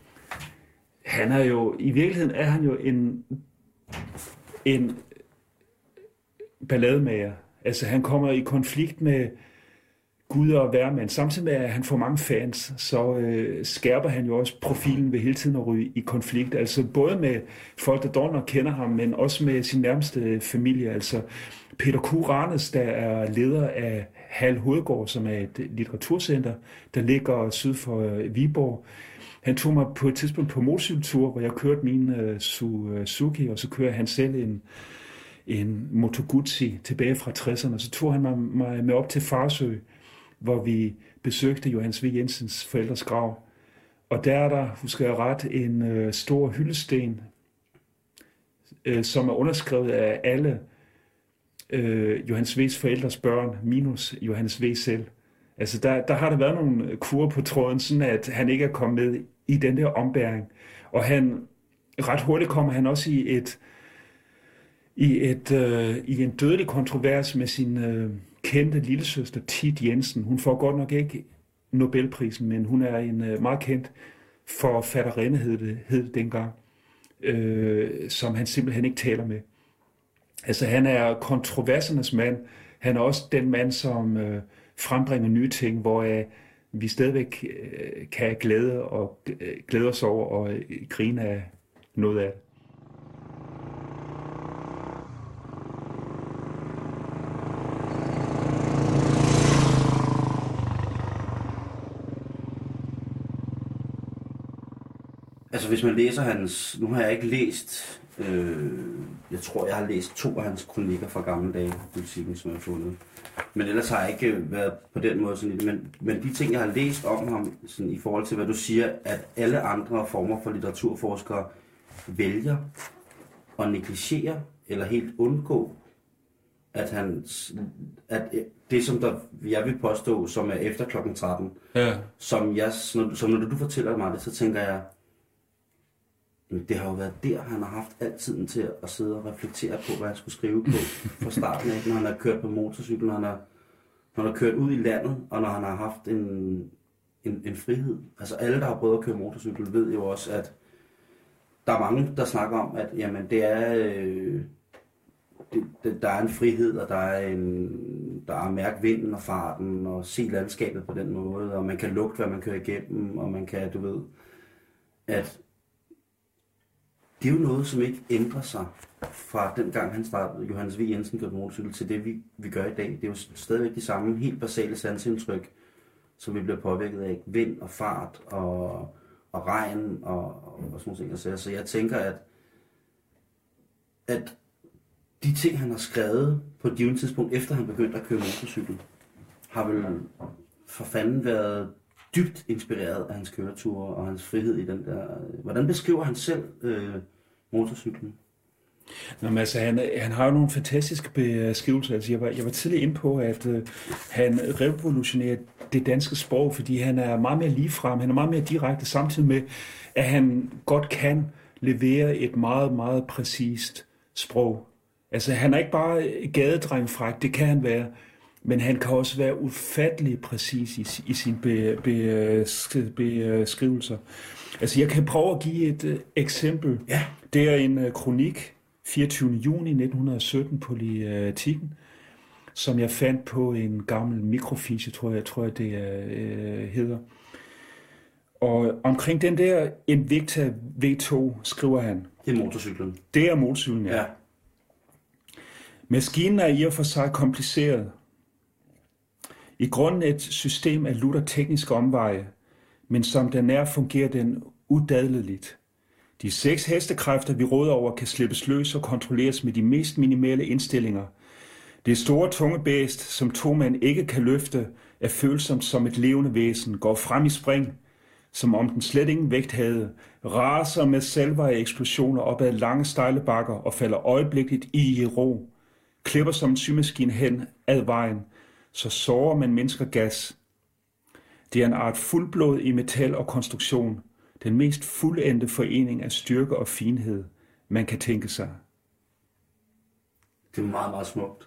han er jo, i virkeligheden er han jo en, en ballademager. Altså han kommer i konflikt med Gud og hvermand. Samtidig med, at han får mange fans, så øh, skærper han jo også profilen ved hele tiden at ryge i konflikt. Altså både med folk, der dog nok kender ham, men også med sin nærmeste familie. Altså Peter Q. Ranes, der er leder af Hal Hovedgård, som er et litteraturcenter, der ligger syd for øh, Viborg. Han tog mig på et tidspunkt på motorcykeltur, hvor jeg kørte min øh, Suzuki, og så kører han selv en en Moto Guzzi tilbage fra tresserne. Så tog han mig, mig med op til Farsø, hvor vi besøgte Johannes V. Jensens forældres grav. Og der er der, husker jeg ret, en øh, stor hyldesten, øh, som er underskrevet af alle øh, Johannes V's forældres børn, minus Johannes V selv. Altså der, der har der været nogle kurver på tråden, sådan at han ikke er kommet med i den der ombæring. Og han, ret hurtigt kommer han også i et, i et, øh, i en dødelig kontrovers med sin øh, kendte lillesøster Tit Jensen. Hun får godt nok ikke Nobelprisen, men hun er en øh, meget kendt forfatterinde, hed det, hed det dengang, øh, som han simpelthen ikke taler med. Altså han er kontroversernes mand. Han er også den mand, som øh, frembringer nye ting, hvor øh, vi stadigvæk øh, kan glæde, og, øh, glæde os over og øh, grine af noget af det. Altså hvis man læser hans, nu har jeg ikke læst, øh, jeg tror jeg har læst to af hans kronikker fra gamle dage, Politikken, som jeg har fundet. Men ellers har jeg ikke været på den måde sådan lidt. Men, men de ting jeg har læst om ham, sådan, i forhold til hvad du siger, at alle andre former for litteraturforskere vælger at negligere eller helt undgå, at, han, at det som der, jeg vil påstå, som er efter klokken tretten, ja. som, jeg, som, som når du fortæller mig det, så tænker jeg, det har jo været der, han har haft al tiden til at sidde og reflektere på, hvad han skulle skrive på fra starten af, når han har kørt på motorcykel, når han har, når han har kørt ud i landet, og når han har haft en, en, en frihed. Altså alle, der har prøvet at køre motorcykel, ved jo også, at der er mange, der snakker om, at jamen, det er, øh, det, det, der er en frihed, og der er, en, der er mærke vinden og farten, og se landskabet på den måde, og man kan lugte, hvad man kører igennem, og man kan, du ved, at det er jo noget, som ikke ændrer sig fra den gang, han startede, Johannes V. Jensen kørte motorcykel, til det, vi, vi gør i dag. Det er jo stadigvæk de samme helt basale sansindtryk, som vi bliver påvirket af. Vind og fart og, og regn og, og sådan nogle ting. Så jeg tænker, at, at de ting, han har skrevet på et givet tidspunkt, efter han begyndte at køre motorcykel, har vel for fanden været dybt inspireret af hans køreture og hans frihed i den der. Hvordan beskriver han selv øh, motorcyklen? Nå, men altså, han, han har jo nogle fantastiske beskrivelser. Altså, jeg, var, jeg var tidligere inde på, at øh, han revolutionerer det danske sprog, fordi han er meget mere ligefrem, han er meget mere direkte, samtidig med, at han godt kan levere et meget, meget præcist sprog. Altså, han er ikke bare gadedrengfræk, det kan han være, men han kan også være ufattelig præcis i, i sine beskrivelser. Altså, jeg kan prøve at give et uh, eksempel. Ja. Det er en uh, kronik, fireogtyvende juni nitten sytten, Politikken, som jeg fandt på en gammel mikrofiche, tror jeg, tror jeg det uh, hedder. Og omkring den der Invicta V to skriver han. Det er motorcyklen. Det er motorcyklen, ja. ja. Maskinen er i og for sig kompliceret. I grunden et system af lutter tekniske omveje, men som den er, fungerer den udadeligt. De seks hestekræfter, vi råder over, kan slippes løs og kontrolleres med de mest minimale indstillinger. Det store tunge bæst, som to mænd ikke kan løfte, er følsomt som et levende væsen, går frem i spring, som om den slet ingen vægt havde, raser med selvveje eksplosioner op ad lange stejle bakker og falder øjeblikkeligt i ro, klipper som en symaskine hen ad vejen, så sårer man mennesker gas. Det er en art fuldblod i metal og konstruktion, den mest fuldendte forening af styrke og finhed, man kan tænke sig. Det er meget, meget smukt.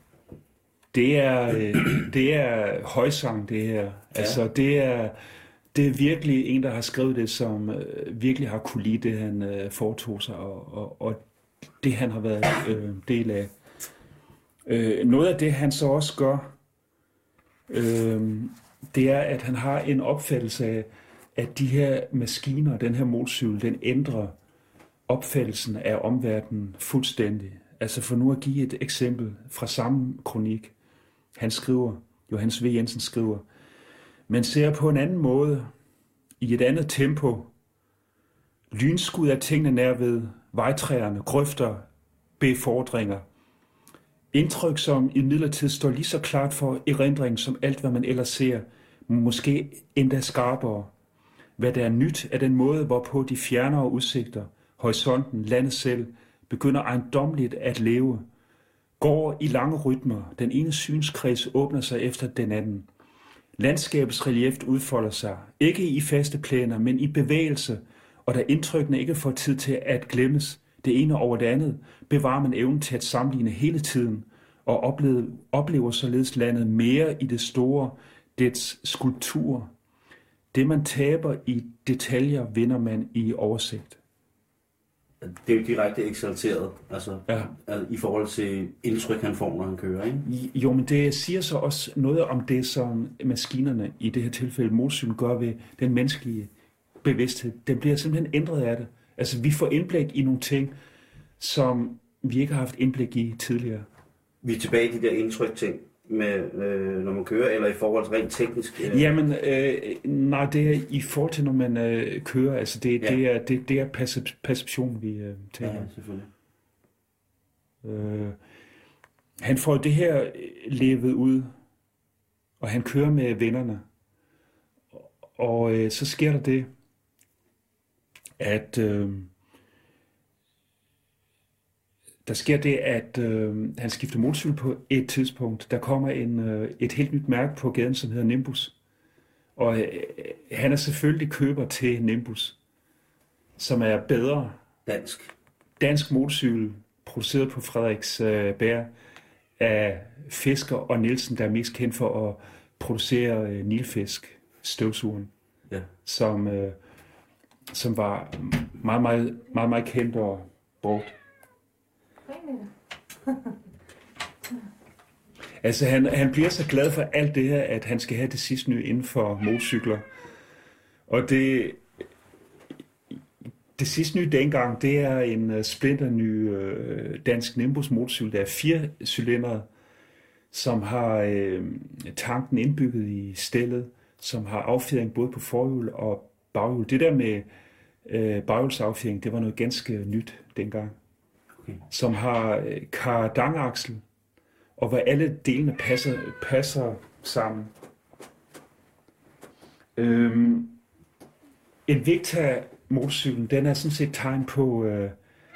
Det er, det er højsang, det her. Ja. Altså, det er, det er virkelig en, der har skrevet det, som øh, virkelig har kunne lide det, han øh, foretog sig, og, og, og det, han har været øh, del af. Øh, noget af det, han så også gør, øh, det er, at han har en opfattelse af, at de her maskiner, den her motorcykel, den ændrer opfattelsen af omverdenen fuldstændig. Altså for nu at give et eksempel fra samme kronik. Han skriver, Johannes V. Jensen skriver, man ser på en anden måde, i et andet tempo, lynskud af tingene nærved, vejtræerne, grøfter, befordringer. Indtryk, som imidlertid står lige så klart for erindring som alt, hvad man ellers ser, måske endda skarpere. Hvad der er nyt, er den måde, hvorpå de fjernere udsigter, horisonten, landet selv, begynder ejendommeligt at leve, går i lange rytmer, den ene synskreds åbner sig efter den anden. Landskabets relief udfolder sig, ikke i faste planer, men i bevægelse, og da indtrykkene ikke får tid til at glemmes, det ene over det andet, bevarer man evnen til at sammenligne hele tiden, og oplever, oplever således landet mere i det store, dets skulptur. Det man taber i detaljer, vinder man i oversigt. Det er jo direkte eksalteret, altså, ja. altså i forhold til indtryk, han får, når han kører, ikke? Jo, men det siger så også noget om det, som maskinerne, i det her tilfælde motorcyklen, gør ved den menneskelige bevidsthed. Den bliver simpelthen ændret af det. Altså, vi får indblik i nogle ting, som vi ikke har haft indblik i tidligere. Vi er tilbage i de der indtryk-ting, med, øh, når man kører, eller i forhold til rent teknisk? Øh... Jamen, øh, nej, det er i forhold til, når man øh, kører. Altså, det, ja. det, er, det, det er percep- perception, vi øh, taler om. Ja, selvfølgelig. Øh, han får det her levet ud, og han kører med vennerne. Og øh, så sker der det, at øh, der sker det, at øh, han skifter motorcykel på et tidspunkt. Der kommer en, øh, et helt nyt mærke på gaden, som hedder Nimbus. Og øh, han er selvfølgelig køber til Nimbus, som er bedre. Dansk. Dansk motorcykel, produceret på Frederiksberg af Fisker og Nielsen, der er mest kendt for at producere øh, nilfisk, støvsugeren, ja. som, øh, som var meget, meget, meget, meget kendt og brugt. Altså han, han bliver så glad for alt det her, at han skal have det sidste nye inden for motorcykler. Og det, det sidste nye dengang, det er en splinter ny øh, dansk Nimbus motorcykel, der er fire cylindre, som har øh, tanken indbygget i stellet, som har affjedring både på forhjul og baghjul. Det der med øh, baghjulsaffjedring, det var noget ganske nyt dengang. Okay. Som har øh, kardangaksel, og hvor alle delene passer, passer sammen. Øhm, en Victa motorcyklen, den er sådan set tegn på... Øh...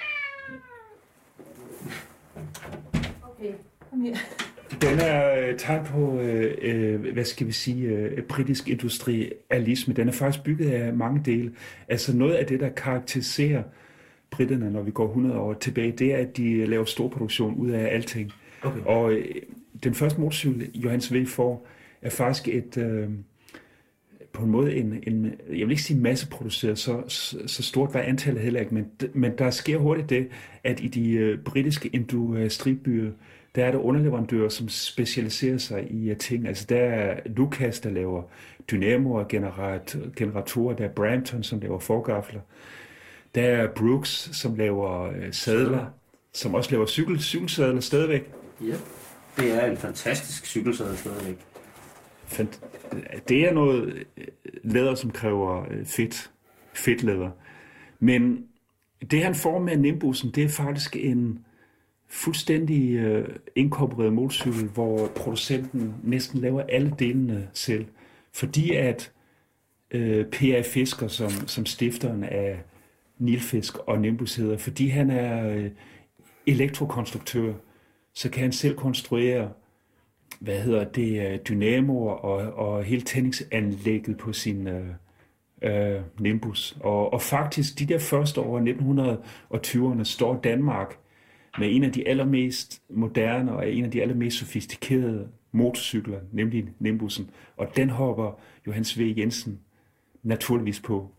Okay, kom her. Den er øh, tegn på, øh, øh, hvad skal vi sige, øh, britisk industrialisme. Den er faktisk bygget af mange dele. Altså noget af det, der karakteriserer britterne, når vi går hundrede år tilbage, det er, at de laver storproduktion ud af alting. Okay. Og øh, den første motorcykel, Johannes V får, er faktisk et, øh, på en måde en, en, jeg vil ikke sige masseproduceret, så, så, så stort var antallet heller ikke, men, men der sker hurtigt det, at i de øh, britiske industribyer, der er der underleverandører, som specialiserer sig i uh, ting. Altså der er Lucas, der laver dynamoer, generat, generatorer, der er Brampton, som laver forgafler, der er Brooks, som laver uh, sadler, som også laver cykel, cykelsadler stadigvæk. Ja, det er en fantastisk cykelsadler stadigvæk. Fant- det er noget læder, som kræver uh, fedt, fedtlæder. Men det han får med Nimbusen, det er faktisk en fuldstændig øh, inkorporeret motorcykel, hvor producenten næsten laver alle delene selv. Fordi at øh, P A Fisker, som, som stifteren af Nilfisk og Nimbus hedder, fordi han er øh, elektrokonstruktør, så kan han selv konstruere, hvad hedder det, dynamoer og, og hele tændingsanlægget på sin øh, øh, Nimbus. Og, og faktisk de der første år, nitten tyverne, står Danmark med en af de allermest moderne og en af de allermest sofistikerede motorcykler, nemlig Nimbusen. Og den hopper Johannes V. Jensen naturligvis på.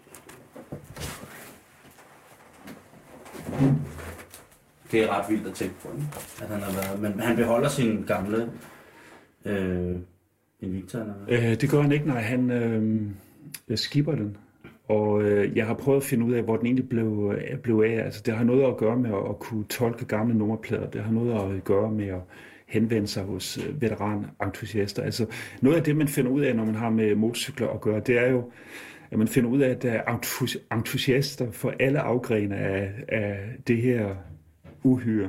Det er ret vildt at tænke på, at han har været, men han beholder sin gamle øh, Invicta. Øh, det gør han ikke, nej. Han øh, skipper den. Og øh, jeg har prøvet at finde ud af, hvor den egentlig blev, blev af. Altså, det har noget at gøre med at, at kunne tolke gamle nummerplader. Det har noget at gøre med at henvende sig hos veteranentusiaster. Altså, noget af det, man finder ud af, når man har med motorcykler at gøre, det er jo, at man finder ud af, at der er entusiaster for alle afgrene af, af det her uhyre.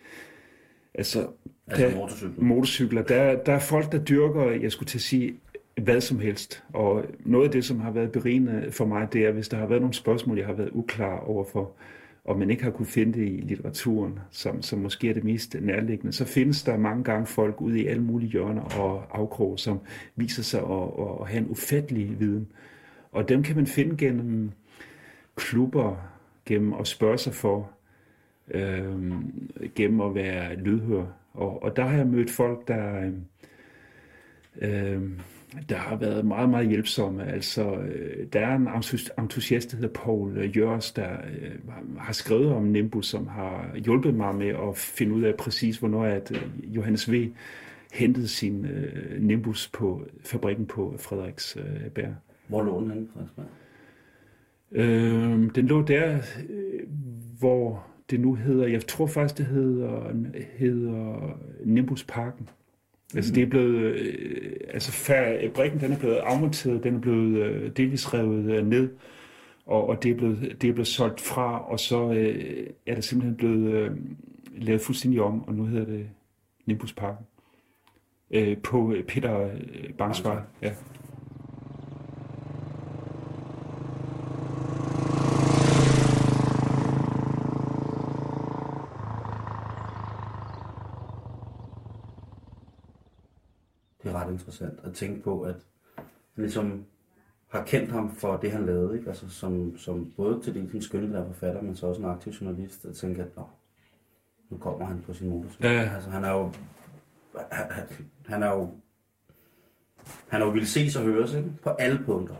Altså, altså der, motorcykler. motorcykler. Der, der er folk, der dyrker, jeg skulle til at sige, hvad som helst. Og noget af det, som har været berigende for mig, det er, hvis der har været nogle spørgsmål, jeg har været uklar overfor, og man ikke har kunne finde det i litteraturen, som, som måske er det mest nærliggende, så findes der mange gange folk ude i alle mulige hjørner og afkrog, som viser sig at, at, at have en ufattelig viden. Og dem kan man finde gennem klubber, gennem at spørge sig for, øh, gennem at være lydhør. Og, og der har jeg mødt folk, der... Øh, der har været meget, meget hjælpsomme. Altså, øh, der er en entusiast, der hedder Paul Jørs, der øh, har skrevet om Nimbus, som har hjulpet mig med at finde ud af præcis, hvornår at øh, Johannes V. hentede sin øh, Nimbus på fabrikken på Frederiksberg. Øh, Hvor lå den henne på Frederiksberg? Øh, den lå der, øh, hvor det nu hedder, jeg tror faktisk, det hedder, hedder Nimbusparken. Altså det er blevet, øh, altså fabrikken, den er blevet afmonteret, den er blevet øh, delvis revet øh, ned, og, og det, er blevet, det er blevet solgt fra, og så øh, er det simpelthen blevet øh, lavet fuldstændig om, og nu hedder det Nimbusparken øh, på Peter Bangsvej. Ja. Det er ret interessant at tænke på, at han ligesom har kendt ham for det, han lavede, ikke? Altså som, som både til dels en skønlitterær forfatter, men så også en aktiv journalist, at tænke, at nu kommer han på sin motorcykel. Ja. Altså han er jo, han, han er jo, han er jo vil ses og høres, ikke? På alle punkter.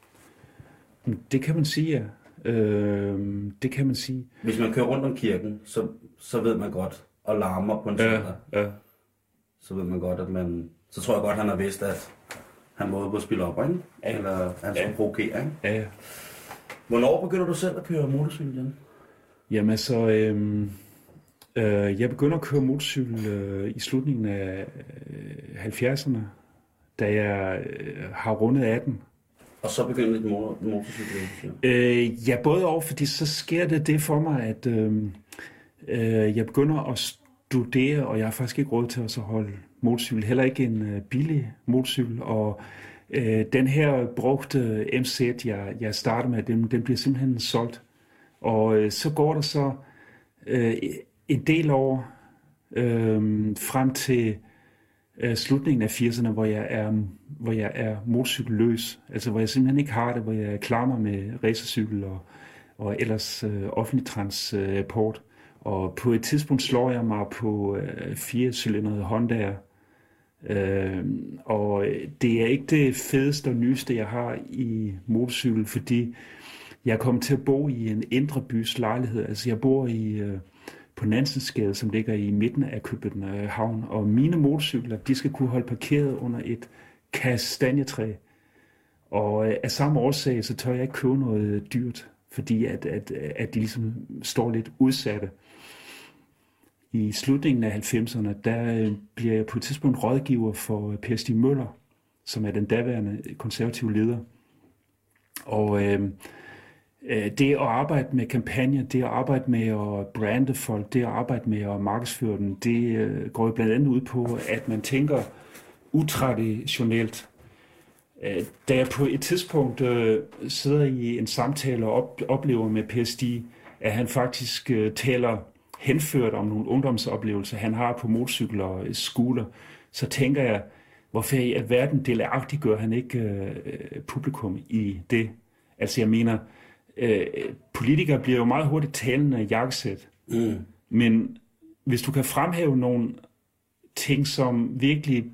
Det kan man sige, ja. Øh, det kan man sige. Hvis man kører rundt om kirken, så, så ved man godt, og larmer på en søndag, ja, ja. så ved man godt, at man... Så tror jeg godt, han har vidst, at han måde på at spille op, ikke? Ja. Eller han skulle Ja. provokere, ikke? Ja, ja. Hvornår begynder du selv at køre motorcykel, Jan? Jamen altså, øh, øh, jeg begynder at køre motorcykel øh, i slutningen af øh, halvfjerdserne, da jeg øh, har rundet atten. Og så begynder dit motor- motorcykel? Øh, ja, både og, fordi så sker det det for mig, at øh, øh, jeg begynder at studere, og jeg har faktisk ikke råd til at så holde motorcykel, heller ikke en øh, billig motorcykel, og øh, den her brugte M Z, jeg, jeg starter med, den, den bliver simpelthen solgt. Og øh, så går der så øh, en del år øh, frem til øh, slutningen af firserne, hvor jeg er, hvor jeg er motorcykelløs, altså hvor jeg simpelthen ikke har det, hvor jeg klarer mig med racercykel og, og ellers øh, offentlig transport. Og på et tidspunkt slår jeg mig på øh, firecylindrede Honda'er. Øh, og det er ikke det fedeste og nyeste, jeg har i motorcykel, fordi jeg er kommet til at bo i en indre bys lejlighed. Altså jeg bor i, øh, på Nansensgade, som ligger i midten af København. Og mine motorcykler, de skal kunne holde parkeret under et kastanjetræ. Og øh, af samme årsag, så tør jeg ikke købe noget dyrt, fordi at, at, at de ligesom står lidt udsatte. I slutningen af halvfemserne, der bliver jeg på et tidspunkt rådgiver for Per Stig Møller, som er den daværende konservative leder. Og øh, det at arbejde med kampagner, det at arbejde med at brande folk, det at arbejde med at markedsføre dem, det øh, går jo blandt andet ud på, at man tænker utraditionelt. Da jeg på et tidspunkt øh, sidder i en samtale og op, oplever med Per Stig, at han faktisk øh, taler henført om nogle ungdomsoplevelser, han har på motorcykel og scooter, så tænker jeg, hvorfor i alverden delagtigt gør han ikke øh, publikum i det? Altså jeg mener, øh, politikere bliver jo meget hurtigt talende jakkesæt, mm. men hvis du kan fremhæve nogle ting, som virkelig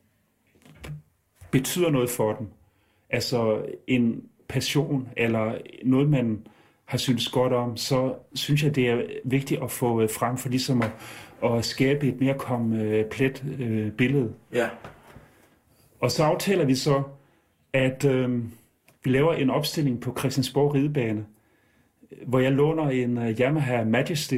betyder noget for dem, altså en passion eller noget, man har syntes godt om, så synes jeg, det er vigtigt at få frem for ligesom at, at skabe et mere komplet øh, billede. Ja. Og så aftaler vi så, at øh, vi laver en opstilling på Christiansborg Ridebane, hvor jeg låner en uh, Yamaha Majesty,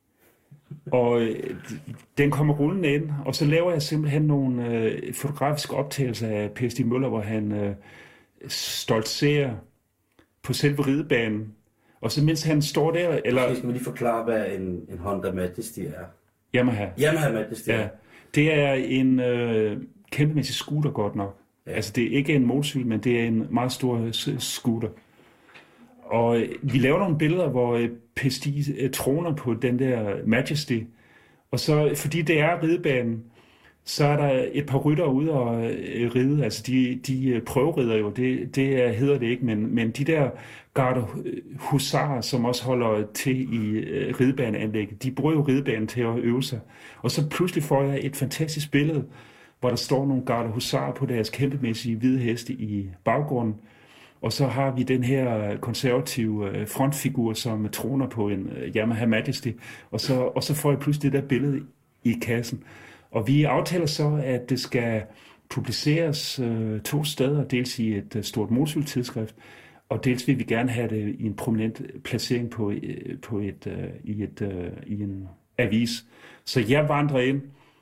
og øh, den kommer rullende ind, og så laver jeg simpelthen nogle øh, fotografiske optagelser af Per Stig Møller, hvor han øh, stoltserer på selve ridebanen. Og så mens han står der... Eller... Okay, skal vi lige forklare, hvad en, en Honda Majesty er? Yamaha. Yamaha Majesty. Ja, det er en øh, kæmpemæssig scooter godt nok. Ja. Altså det er ikke en motorcykel, men det er en meget stor scooter. Og vi laver nogle billeder, hvor Pestis troner på den der Majesty. Og så, fordi det er ridebanen, så er der et par rytter ude og ride. Altså de, de prøverider jo, det, det hedder det ikke, men, men de der garde husarer, som også holder til i ridebaneanlægget, de bruger jo ridebanen til at øve sig. Og så pludselig får jeg et fantastisk billede, hvor der står nogle garde husarer på deres kæmpemæssige hvide heste i baggrunden. Og så har vi den her konservative frontfigur, som troner på en Yamaha Majesty. Og så, og så får jeg pludselig det der billede i kassen. Og vi aftaler så, at det skal publiceres øh, to steder, dels i et øh, stort motorcykeltidsskrift, og dels vil vi gerne have det i en prominent placering på, øh, på et, øh, i, et, øh, i en avis. Så jeg vandrer ind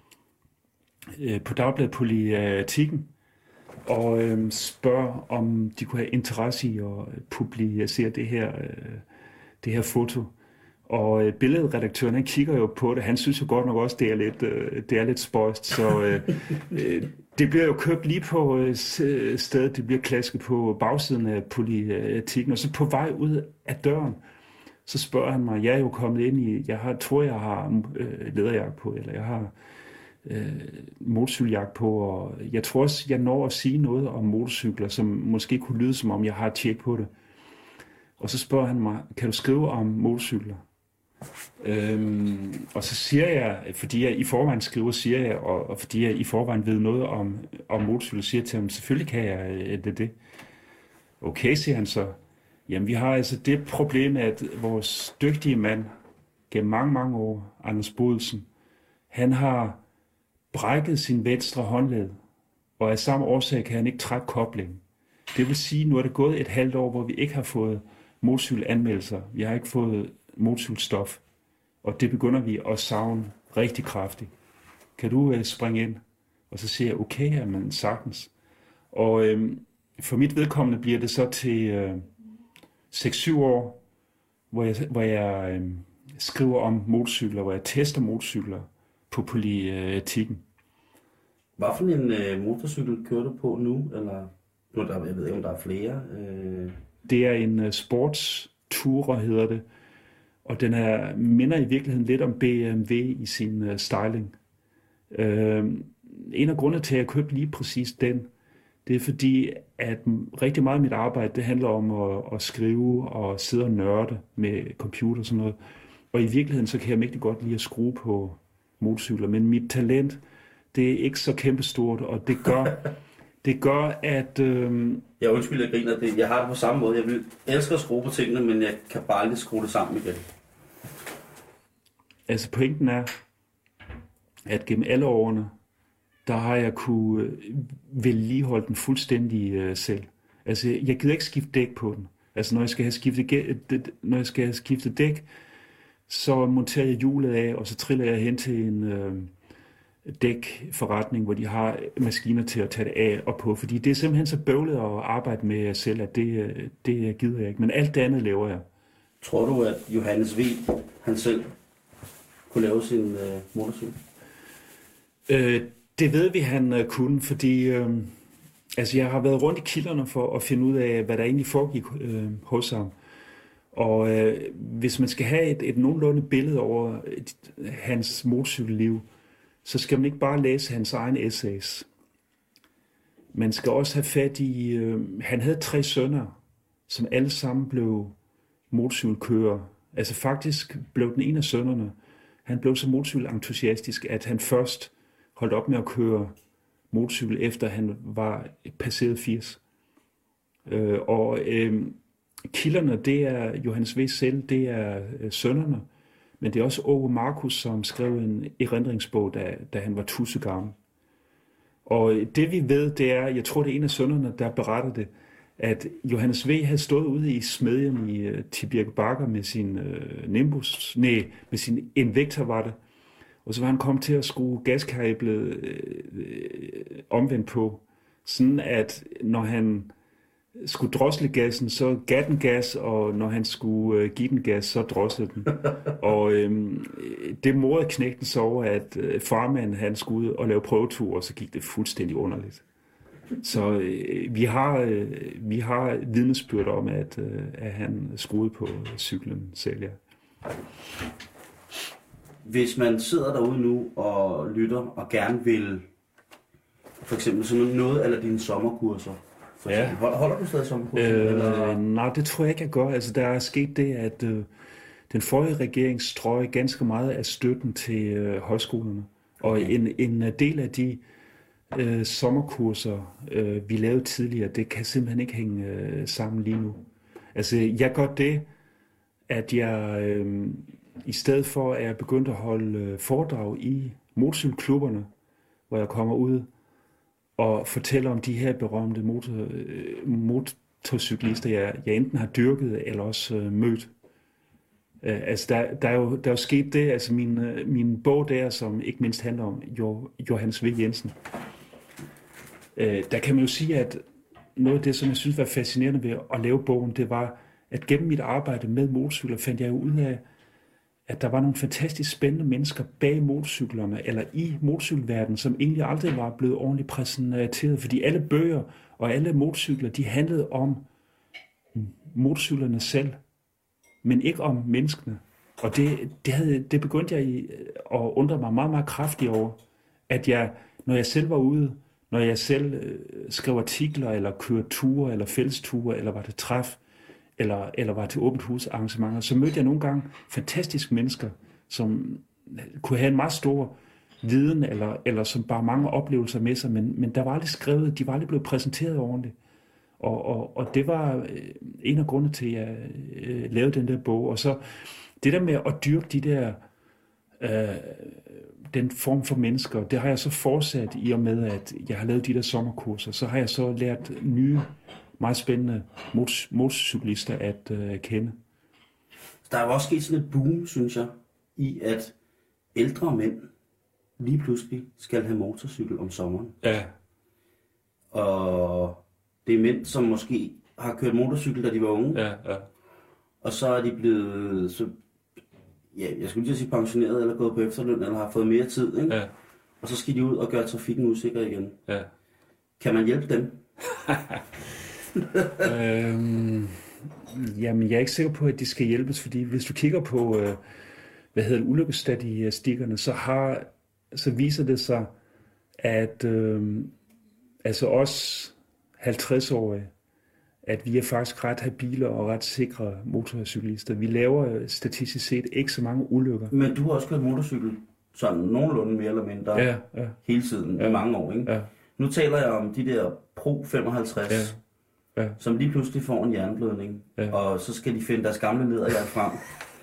øh, på Dagbladet Politikken og øh, spørger, om de kunne have interesse i at publicere det her, øh, det her foto. Og øh, billedredaktøren, han kigger jo på det. Han synes jo godt nok også, det er lidt, øh, det er lidt spøjst. Så øh, øh, det bliver jo købt lige på øh, stedet. Det bliver klasket på bagsiden af Politikken. Og så på vej ud af døren, så spørger han mig, jeg er jo kommet ind i, jeg har, tror, jeg har øh, lederjagt på, eller jeg har øh, motorcykeljakke på, og jeg tror også, jeg når at sige noget om motorcykler, som måske kunne lyde, som om jeg har et tjek på det. Og så spørger han mig, kan du skrive om motorcykler? Øhm, og så siger jeg, fordi jeg i forvejen skriver, siger jeg, og, og fordi jeg i forvejen ved noget om, om motorcykler, siger jeg til ham, selvfølgelig kan jeg det, det. Okay, siger han så. Jamen, vi har altså det problem, at vores dygtige mand, gennem mange, mange år, Anders Bodelsen, han har brækket sin venstre håndled, og af samme årsag kan han ikke trække koblingen. Det vil sige, nu er det gået et halvt år, hvor vi ikke har fået motorcykelanmeldelser. Vi har ikke fået motorcykelstof, og det begynder vi at savne rigtig kraftigt. Kan du uh, springe ind? Og så siger jeg, okay, jamen sagtens. Og øhm, for mit vedkommende bliver det så til øh, seks syv år, hvor jeg, hvor jeg øh, skriver om motorcykler, hvor jeg tester motorcykler på Politikken. Hvad for en øh, motorcykel kører du på nu? Eller nu der, jeg ved ikke, om der er flere. Øh... Det er en uh, sportstourer, hedder det. Og den er, minder i virkeligheden lidt om B M W i sin uh, styling. Uh, en af grundene til, at jeg købte lige præcis den, det er fordi, at rigtig meget af mit arbejde, det handler om at, at skrive og sidde og nørde med computer og sådan noget. Og i virkeligheden, så kan jeg mægtig godt lide at skrue på motorcykler. Men mit talent, det er ikke så kæmpestort, og det gør, det gør at... Øh... Jeg undskyld, jeg griner. Det. Jeg har det på samme måde. Jeg vil elske at skrue på tingene, men jeg kan bare aldrig skrue det sammen igen. Altså pointen er, at gennem alle årene, der har jeg kunne vedligeholde den fuldstændig øh, selv. Altså, jeg gider ikke skifte dæk på den. Altså, når jeg skal have skiftet, når jeg skal have skiftet dæk, så monterer jeg hjulet af, og så triller jeg hen til en øh, dækforretning, hvor de har maskiner til at tage det af og på. Fordi det er simpelthen så bøvlet at arbejde med selv, at det, det gider jeg ikke. Men alt det andet laver jeg. Tror du, at Johannes V. han selv kunne lave sin øh, motorcykel? Øh, Det ved vi, han uh, kunne, fordi øh, altså, jeg har været rundt i kilderne for at finde ud af, hvad der egentlig foregik øh, hos ham. Og øh, hvis man skal have et, et nogenlunde billede over et, hans motorcykelliv, så skal man ikke bare læse hans egen essays. Man skal også have fat i... Øh, han havde tre sønner, som alle sammen blev motorcykelkører. Altså faktisk blev den ene af sønnerne, han blev så motorcykelentusiastisk, at han først holdt op med at køre motorcykel, efter han var passeret firs. Øh, og øh, kilderne, det er Johannes V. selv, det er øh, sønnerne, men det er også Åge Markus, som skrev en erindringsbog, da, da han var tusse gammel. Og det vi ved, det er, jeg tror det er en af sønnerne, der beretter det, at Johannes V. havde stået ude i smedjen i uh, Tibirke Bakker med sin uh, Nimbus, nej, med sin Invicta var det, og så var han kommet til at skrue gaskablet øh, omvendt på, sådan at når han skulle drosle gassen, så gav den gas, og når han skulle øh, give den gas, så droslede den. Og øh, det morede knægten så over, at øh, farmanden han skulle ud og lave prøvetur, og så gik det fuldstændig underligt. Så øh, vi har øh, vi har vidnesbyrd om, at, øh, at han skruede på cyklen selv, ja. Hvis man sidder derude nu og lytter og gerne vil, for eksempel sådan noget eller dine sommerkurser, for Ja. eksempel. Hold, holder du stadig sommerkurser? Øh, eller? nej, det tror jeg ikke, jeg gør. Altså, der er sket det, at øh, den forrige regering strøg ganske meget af støtten til øh, højskolerne. Og Okay. en, en del af de øh, sommerkurser, øh, vi lavede tidligere, det kan simpelthen ikke hænge øh, sammen lige nu. Altså, jeg gør det, at jeg øh, i stedet for, at jeg begyndte at holde øh, foredrag i motorcykelklubberne, hvor jeg kommer ud og fortæller om de her berømte motor, øh, motorcyklister, jeg, jeg enten har dyrket eller også øh, mødt. Øh, altså, der, der, er jo, der er jo sket det, altså min, øh, min bog der, som ikke mindst handler om jo, Johannes V. Jensen. Øh, der kan man jo sige, at noget af det, som jeg synes var fascinerende ved at lave bogen, det var, at gennem mit arbejde med motorcykler fandt jeg jo ud af, at der var nogle fantastisk spændende mennesker bag motorcyklerne, eller i motorcykelverdenen, som egentlig aldrig var blevet ordentligt præsenteret, fordi alle bøger og alle motorcykler, de handlede om motorcyklerne selv, men ikke om menneskene. Og det, det, havde, det begyndte jeg i, at undre mig meget, meget kraftigt over, at jeg, når jeg selv var ude, når jeg selv øh, skrev artikler, eller kørte ture, eller fællesture, eller var til træf, eller, eller var til åbent hus arrangementer, så mødte jeg nogle gange fantastiske mennesker, som kunne have en meget stor viden, eller, eller som bare mange oplevelser med sig, men, men der var aldrig skrevet, de var aldrig blevet præsenteret ordentligt. Og, og, og det var en af grundene til, at jeg øh, lavede den der bog. Og så det der med at dyrke de der, øh, den form for mennesker, det har jeg så fortsat i og med, at jeg har lavet de der sommerkurser. Så har jeg så lært nye, meget spændende motorcyklister at øh, kende. Der er jo også sket sådan et boom, synes jeg, i at ældre mænd lige pludselig skal have motorcykel om sommeren. Ja. Og det er mænd, som måske har kørt motorcykel, da de var unge. Ja, ja. Og så er de blevet, så, ja, jeg skulle lige sige pensioneret, eller gået på efterløn, eller har fået mere tid, ikke? Ja. Og så skal de ud og gøre trafikken usikker igen. Ja. Kan man hjælpe dem? øhm, jamen, jeg er ikke sikker på, at de skal hjælpes, fordi hvis du kigger på, øh, hvad hedder ulykkesstatistikkerne, så har, så viser det sig, at øh, altså os halvtreds-årige, at vi er faktisk ret habile og ret sikre motorcyklister. Vi laver statistisk set ikke så mange ulykker. Men du har også kørt motorcykel sådan nogenlunde mere eller mindre ja, ja. hele tiden, ja. i mange år, ikke? Ja. Nu taler jeg om de der Pro femoghalvtreds, ja. Ja. Som lige pludselig får en hjerneblødning, ja. Og så skal de finde deres gamle lederhjert frem.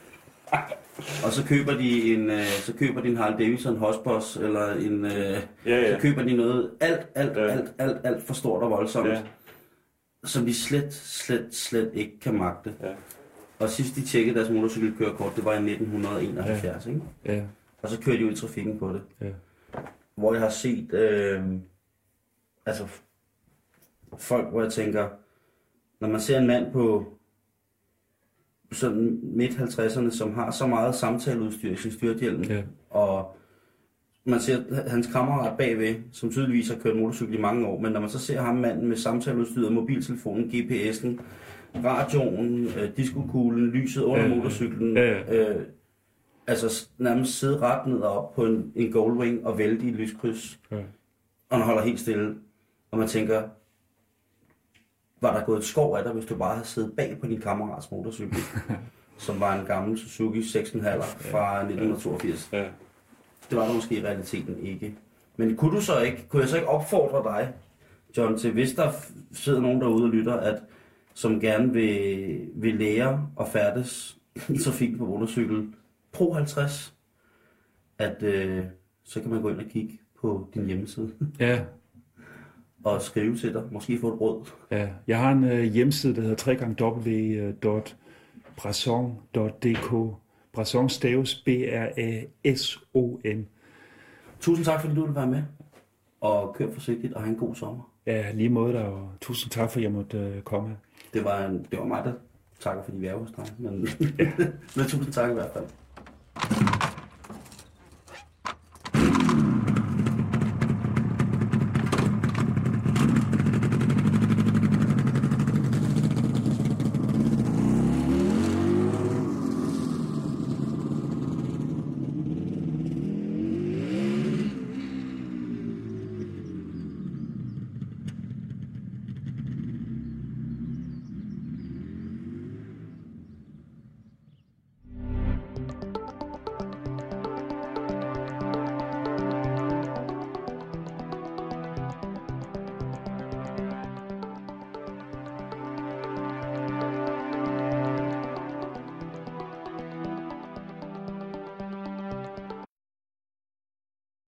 Og så køber de en, så køber de en Harley Davidson Hossboss, eller en, ja, ja. Så køber de noget alt, alt, ja. alt, alt, alt for stort og voldsomt, ja. Som de slet, slet, slet ikke kan magte. Ja. Og sidst de tjekkede deres motorcykelkørekort, det var i nitten enoghalvfjerds, ja. Ikke? Ja. Og så kører de ud i trafikken på det. Ja. Hvor jeg har set, øh, altså folk, hvor jeg tænker, når man ser en mand på sådan midt halvtredserne, som har så meget samtaleudstyr i sin styrthjelm, ja. Og man ser hans kammerat bagved, som tydeligvis har kørt motorcykel i mange år, men når man så ser ham manden med samtaleudstyret, mobiltelefonen, G P S'en, radioen, øh, diskokuglen, lyset under ja. Motorcyklen, ja, ja. Øh, altså nærmest sidde ret ned og op på en, en Goldwing og vælte i et lyskryds, ja. Og han holder helt stille, og man tænker, var der gået et skov af dig, hvis du bare havde siddet bag på din kammerats motorcykel, som var en gammel Suzuki seks komma fem fra nitten toogfirs. Ja. Det var der måske i realiteten ikke. Men kunne du så ikke, kunne jeg så ikke opfordre dig, John, til hvis der sidder nogen derude og lytter, at som gerne vil, vil lære at færdes i trafikken på motorcykel Pro halvtreds, at øh, så kan man gå ind og kigge på din hjemmeside. Ja. Og skrive til dig. Måske få et råd. Ja, jeg har en øh, hjemmeside, der hedder w w w punktum brasson punktum d k. Brasson staves B R A S O N. Tusind tak, fordi du ville være med. Og kør forsigtigt og have en god sommer. Ja, lige måde der, og tusind tak, for at jeg måtte øh, komme. Det var, en, det var mig, der takker, fordi vi er hos dig. Men, ja. Men tusind tak i hvert fald.